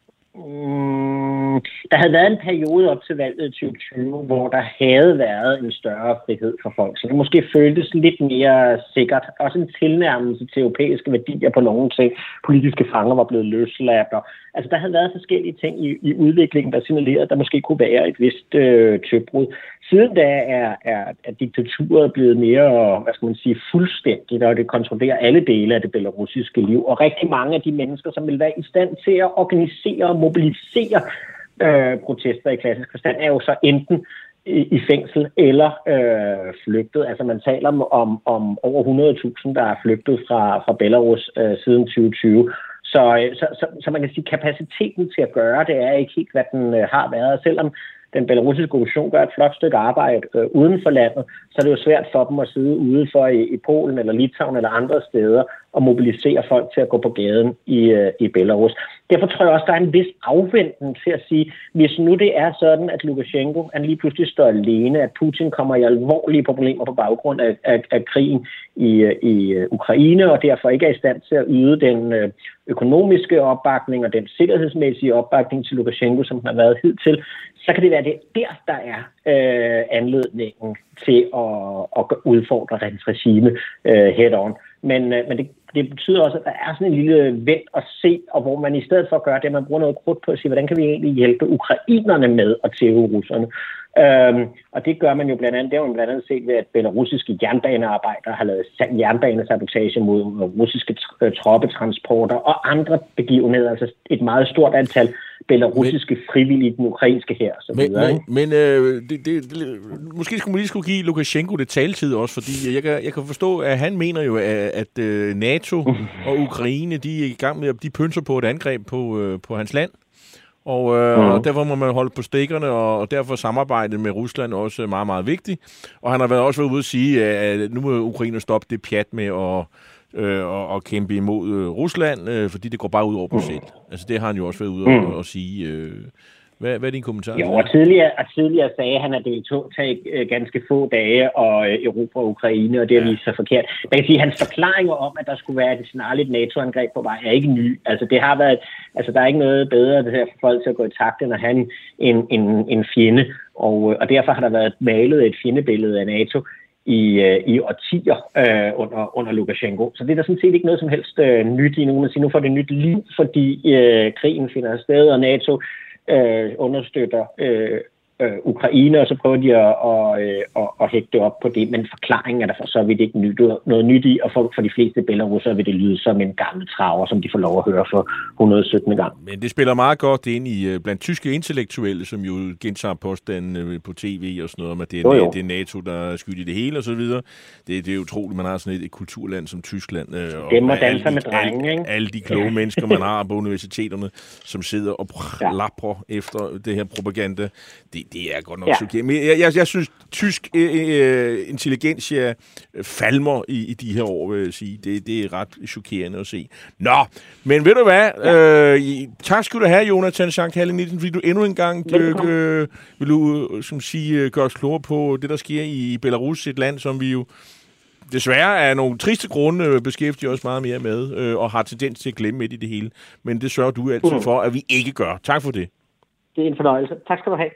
Mm, der havde været en periode op til valget tyve tyve, hvor der havde været en større frihed for folk, så det måske føltes lidt mere sikkert. Også en tilnærmelse til europæiske værdier på nogle ting. Politiske fanger var blevet løsladt. Altså, der havde været forskellige ting i, i udviklingen, der signalerede, at der måske kunne være et vist øh, tøbrud. Siden da er, er, er diktaturet blevet mere, hvad skal man sige, fuldstændigt, og det kontrollerer alle dele af det belarusiske liv. Og rigtig mange af de mennesker, som vil være i stand til at organisere og mobilisere øh, protester i klassisk forstand, er jo så enten i, i fængsel eller øh, flygtet. Altså man taler om, om, om over hundrede tusind, der er flygtet fra, fra Belarus øh, siden tyve tyve. Så, så, så, så man kan sige, at kapaciteten til at gøre det er ikke helt, hvad den øh, har været. Selvom den belarusiske opposition gør et flot stykke arbejde øh, uden for landet, så er det jo svært for dem at sidde ude for i, i Polen eller Litauen eller andre steder og mobilisere folk til at gå på gaden i, øh, i Belarus. Derfor tror jeg også, der er en vis afventning til at sige, hvis nu det er sådan, at Lukashenko han lige pludselig står alene, at Putin kommer i alvorlige problemer på baggrund af, af, af krigen i, i Ukraine, og derfor ikke er i stand til at yde den øh, økonomiske opbakning og den sikkerhedsmæssige opbakning til Lukashenko, som den har været hidtil, så kan det være det der, der er øh, anledningen til at, at udfordre hans regime øh, head-on. Men, øh, men det, det betyder også, at der er sådan en lille vent at se, og hvor man i stedet for at gøre det, man bruger noget krudt på at sige, hvordan kan vi egentlig hjælpe ukrainerne med at tæve russerne. Øhm, og det gør man jo blandt andet, det har man blandt andet set ved, at belarusiske jernbanearbejdere har lavet jernbanesabotage mod russiske troppetransporter og andre begivenheder, altså et meget stort antal belarusiske frivillige i den ukrainske hær. Så men videre, men, men øh, det, det, det, måske skulle man lige skulle give Lukashenko det taletid også, fordi jeg kan, jeg kan forstå, at han mener jo, at, at NATO og Ukraine, de er i gang med at de pynser på et angreb på, øh, på hans land. Og, øh, mm. og derfor må man holde på stikkerne, og, og derfor samarbejdet med Rusland også meget, meget vigtigt. Og han har været også været ude at sige, at nu må Ukraine stoppe det pjat med at, øh, og, og kæmpe imod øh, Rusland, øh, fordi det går bare ud over dem selv. Altså det har han jo også været ude mm. at, at sige. Øh, hvad, hvad er din kommentar? Jo, og tidligere, og tidligere sagde han, at det ville tage øh, ganske få dage og øh, Europa og Ukraine, og det er ja. vist så forkert. Man kan sige, at hans forklaringer om, at der skulle være et snarligt NATO-angreb på vej, er ikke ny. Altså det har været, altså der er ikke noget bedre det her for folk til at gå i takt, end at have en, en, en fjende, og, og derfor har der været malet et fjendebillede af NATO i, øh, i årtier øh, under, under Lukashenko. Så det er der sådan set ikke noget som helst øh, nyt i nu. Man siger, nu får det nyt liv, fordi øh, krigen finder sted, og NATO Øh, understøtter øh, øh, Ukraine, og så prøver de at, at, at, at hægte det op på det. Men forklaringen er der for så vidt ikke nyt, noget nyt i, og for, for de fleste belarusere vil det lyde som en gammel traver, som de får lov at høre for hundrede og syttende gang. Men det spiller meget godt ind i blandt tyske intellektuelle, som jo gentager påstanden på tv og sådan noget, om at det er, jo, jo. det er NATO, der er skyld i det hele og så videre. Det, det er utroligt, man har sådan et, et kulturland som Tyskland. Øh, det må danse med drenge, ikke? Alle de kloge mennesker, man har på universiteterne, som sidder og ja. lapper efter det her propaganda. Det, det er godt nok ja. chokerende. Men jeg, jeg, jeg synes, tysk øh, intelligensia falmer i, i de her år, vil jeg sige. Det, det er ret chokerende at se. Nå, men ved du hvad? Ja. Øh, tak skal du have, Jonathan Schack-Halling Nielsen, fordi du endnu en gang øh, vil du, som sige, gøre os klogere på det, der sker i Belarus, et land, som vi jo desværre af nogle triste grunde beskæftiger os meget mere med, øh, og har tendens til at glemme midt i det hele. Men det sørger du altid for, at vi ikke gør. Tak for det. Det er en fornøjelse. Tak skal du have.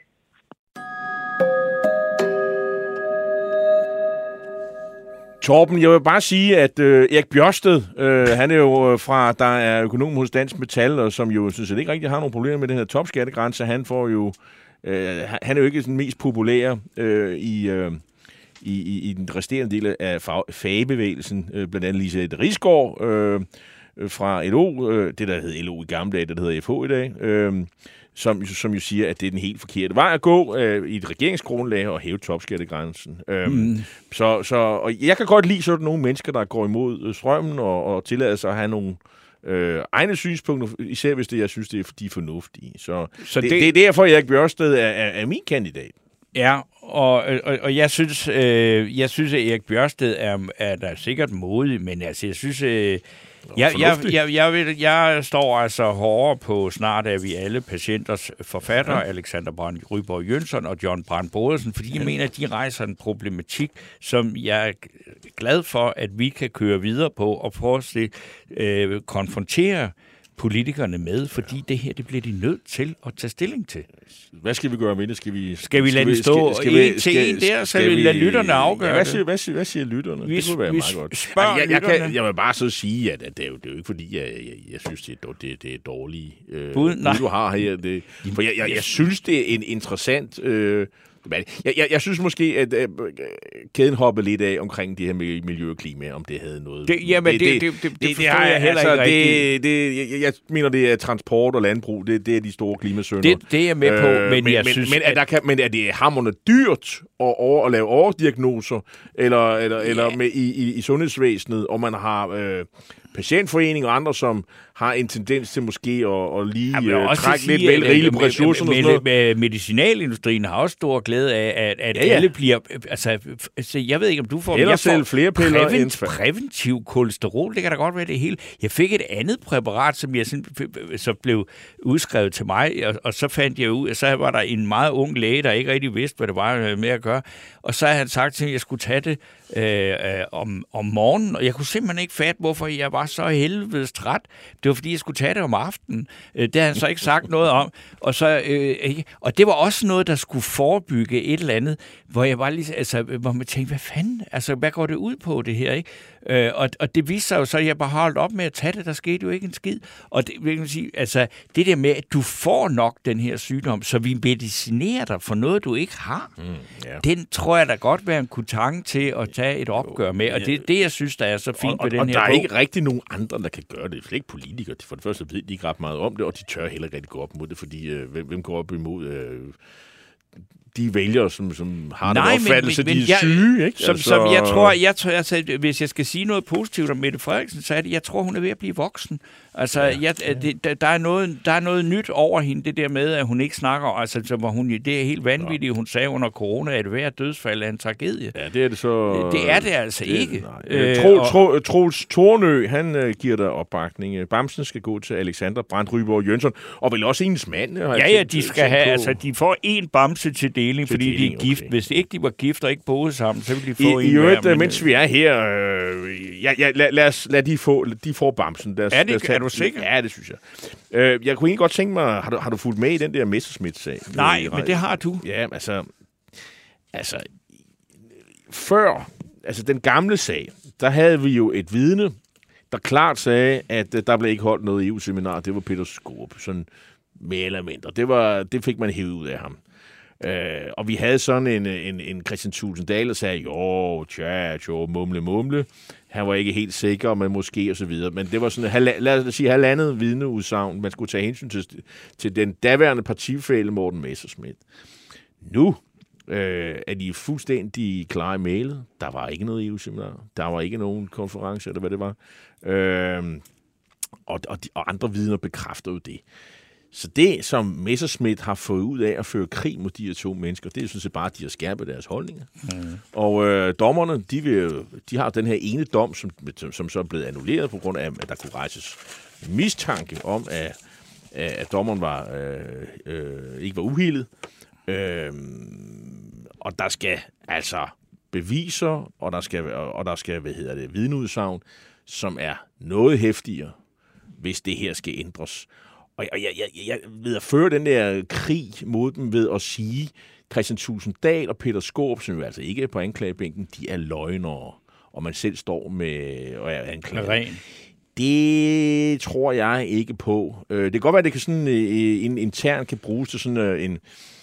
Torben, jeg vil bare sige, at øh, Erik Bjørsted, øh, han er jo fra, der er økonom hos Dansk Metal, og som jo synes jeg ikke rigtig har nogle problemer med den her topskattegrænse. Han får jo, øh, han er jo ikke den mest populære øh, i, øh, i, i, i den resterende del af fagbevægelsen, øh, blandt andet Lise Risgaard øh, fra L O, øh, det der hed L O i gamle dage, det hedder F H i dag, øh, Som, som jo siger, at det er den helt forkerte vej at gå øh, i et regeringsgrundlag og hæve topskattegrænsen. Øhm, mm. så, så, og jeg kan godt lide sådan nogle mennesker, der går imod strømmen og, og tillader sig at have nogle øh, egne synspunkter, især hvis det, jeg synes, det er, de er fornuftige. Så, så det, det, det er derfor, at Erik Bjørsted er, er, er min kandidat. Ja, og, og, og jeg synes, øh, jeg synes, at Erik Bjørsted er, er der sikkert modig, men altså, jeg synes... Øh, Jeg, jeg, jeg, jeg, vil, jeg står altså hårdere på snart er vi alle patienters forfattere, ja. Alexander Brand Ryborg Jønsson og John Brandt Brodersen, fordi jeg ja. mener, at de rejser en problematik, som jeg er glad for, at vi kan køre videre på og prøve at se, øh, konfrontere politikerne med, fordi ja. det her, det bliver de nødt til at tage stilling til. Hvad skal vi gøre med det? Skal vi, skal vi lade den stå skal, skal en til en der, så vi lade lytterne afgøre ja, hvad, siger, hvad, siger, hvad siger lytterne? Vi, det kunne være vi meget godt. Spørg jeg, jeg, kan, jeg vil bare så sige, at, at det, er jo, det er jo ikke fordi, jeg, jeg, jeg synes, det er, det, det er dårlige øh, bud, du har her. Det, for jeg, jeg, jeg synes, det er en interessant... Øh, Jeg, jeg, jeg synes måske, at øh, kæden hopper lidt af omkring det her med miljø og klima, om det havde noget... Det, jamen, det, det, det, det, det, det forstår jeg heller altså, ikke det, det, jeg, jeg mener, det er transport og landbrug, det, det er de store klimasønder. Det, det er jeg med på, øh, men, men jeg men, synes... Men, at der kan, men er det hamrende dyrt at, over, at lave overdiagnoser, eller, eller, yeah. eller med, i, i, i sundhedsvæsenet, og man har... Øh, patientforening og andre, som har en tendens til måske at, at lige uh, trække sige, lidt vel rigeligt på ressourcerne. Med, med, med, medicinalindustrien har også stor glæde af, at, at ja, ja. alle bliver... Altså, så jeg ved ikke, om du får... Eller selv flere piller prævent, præventiv kolesterol, det kan da godt være det hele. Jeg fik et andet præparat, som jeg så blev udskrevet til mig, og, og så fandt jeg ud, at så var der en meget ung læge, der ikke rigtig vidste, hvad det var med at gøre. Og så havde han sagt til mig, at jeg skulle tage det øh, øh, om, om morgenen, og jeg kunne simpelthen ikke fatte, hvorfor jeg var så helvedes træt. Det var, fordi jeg skulle tage det om aftenen. Det har han så ikke sagt noget om. Og, så, øh, og det var også noget, der skulle forebygge et eller andet, hvor jeg var lige, altså, hvor man tænkte, hvad fanden? Altså, hvad går det ud på, det her, ikke? Øh, og, og det viste sig jo så, at jeg bare holdt op med at tage det. Der skete jo ikke en skid. Og det, vil jeg sige, altså, det der med, at du får nok den her sygdom, så vi medicinerer dig for noget, du ikke har, mm, yeah. den tror jeg da godt være en kutange til at tage et opgør med. Og det er det, jeg synes, der er så fint og, ved den og her der er bog. ikke rigtig nogen andre, der kan gøre det. For ikke politikere. For det første ved de ikke ret meget om det, og de tør heller ikke rigtig gå op mod det, fordi øh, hvem, hvem går op imod... Øh, de vælgere, som, som har Nej, den opfattelse, men, men, de er syge, ikke? Som, altså... som jeg tror, jeg tror altså, hvis jeg skal sige noget positivt om Mette Frederiksen, så er det, jeg tror, hun er ved at blive voksen. Altså, ja, jeg, ja. Det, der, der, er noget, der er noget nyt over hende, det der med, at hun ikke snakker, altså, hvor hun, det er helt vanvittigt, hun sagde under corona, at hver dødsfald er en tragedie. Ja, det er det så... Det er det altså det, ikke. Øh, Tro, tro, Troels Tornø, han øh, giver dig opbakning. Bamsen skal gå til Alexander Brandt Ryborg Jønsson, og vel også ens mand. Ja, ja, de skal have, altså, de får en bamse til deling, fordi deling, de er gift. Okay. Hvis ikke de var gift og ikke boede sammen, så ville de få I, en i øvrigt, hver. Men... mens vi er her, øh, ja, ja, lad, lad, os, lad de få, de får bamsen. Deres, er, det, deres, er du sikker? Ja, det synes jeg. Øh, jeg kunne egentlig godt tænke mig, har du, har du fulgt med i den der Messerschmidt-sag? Nej, men det har du. Ja, altså, altså, før, altså den gamle sag, der havde vi jo et vidne, der klart sagde, at uh, der blev ikke holdt noget E U-seminar. Det var Peter Skaarup, sådan mere eller mindre. Det, var, det fik man hævet ud af ham. Øh, og vi havde sådan en, en, en Kristian Thulesen Dahl, der sagde, jo, tja, jo, mumle, mumle. Han var ikke helt sikker, men måske og så videre. Men det var sådan, lad os sige, halvandet vidneudsagn, man skulle tage hensyn til, til den daværende partifælle Morten Messerschmidt. Nu øh, er de fuldstændig klare i mailet. Der var ikke noget E U-seminar. Der var ikke nogen konference, eller hvad det var. Øh, og, og, de, og andre vidner bekræfter jo det. Så det, som Messerschmidt har fået ud af at føre krig mod de her to mennesker, det er jo sådan set bare, at de har skærpet deres holdninger. Mm. Og øh, dommerne, de, vil, de har den her ene dom, som, som så er blevet annulleret på grund af, at der kunne rejses mistanke om, at, at dommeren var, øh, øh, ikke var uhildet. Øh, og der skal altså beviser, og der skal, og der skal hvad hedder det, vidneudsagn, som er noget heftigere, hvis det her skal ændres. Og jeg, jeg, jeg, jeg ved at føre den der krig mod dem ved at sige, Kristian Thulesen Dahl og Peter Skaarup, som jo altså ikke er på anklagebænken, de er løgnere, og man selv står med og er anklaget. Det tror jeg ikke på. Det kan godt være, at det kan sådan en intern kan bruges til sådan en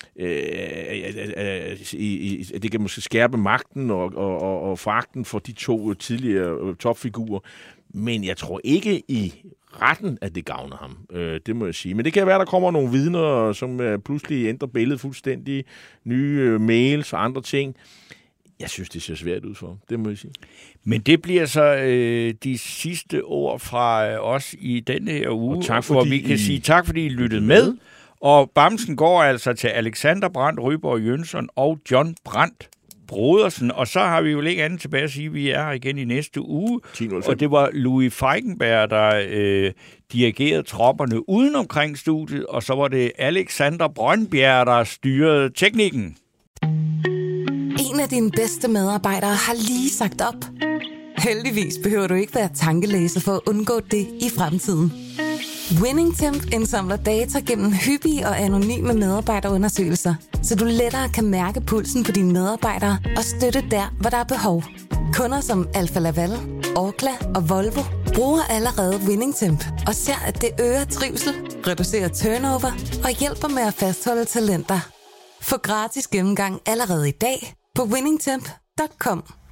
det kan måske skærpe magten og, og, og, og fragten for de to tidligere topfigurer, men jeg tror ikke i retten, at det gavner ham. Øh, det må jeg sige. Men det kan være, at der kommer nogle vidner, som øh, pludselig ændrer billedet fuldstændig. Nye øh, mails og andre ting. Jeg synes, det ser svært ud for. Det må jeg sige. Men det bliver så øh, de sidste ord fra øh, os i denne her uge, og tak, hvor vi kan I... sige tak, fordi I lyttede med. Og bamsen går altså til Alexander Brandt Ryborg Jønsson og John Brandt Brodersen, og så har vi jo ikke andet tilbage at sige, at vi er her igen i næste uge. Og det var Louis Feigenberg, der øh, dirigerede tropperne uden omkring studiet, og så var det Alexander Brøndbjerg, der styrede teknikken. En af dine bedste medarbejdere har lige sagt op. Heldigvis behøver du ikke være tankelæser for at undgå det i fremtiden. WinningTemp indsamler data gennem hyppige og anonyme medarbejderundersøgelser, så du lettere kan mærke pulsen på dine medarbejdere og støtte der, hvor der er behov. Kunder som Alfa Laval, Orkla og Volvo bruger allerede WinningTemp og ser, at det øger trivsel, reducerer turnover og hjælper med at fastholde talenter. Få gratis gennemgang allerede i dag på winningtemp punktum com.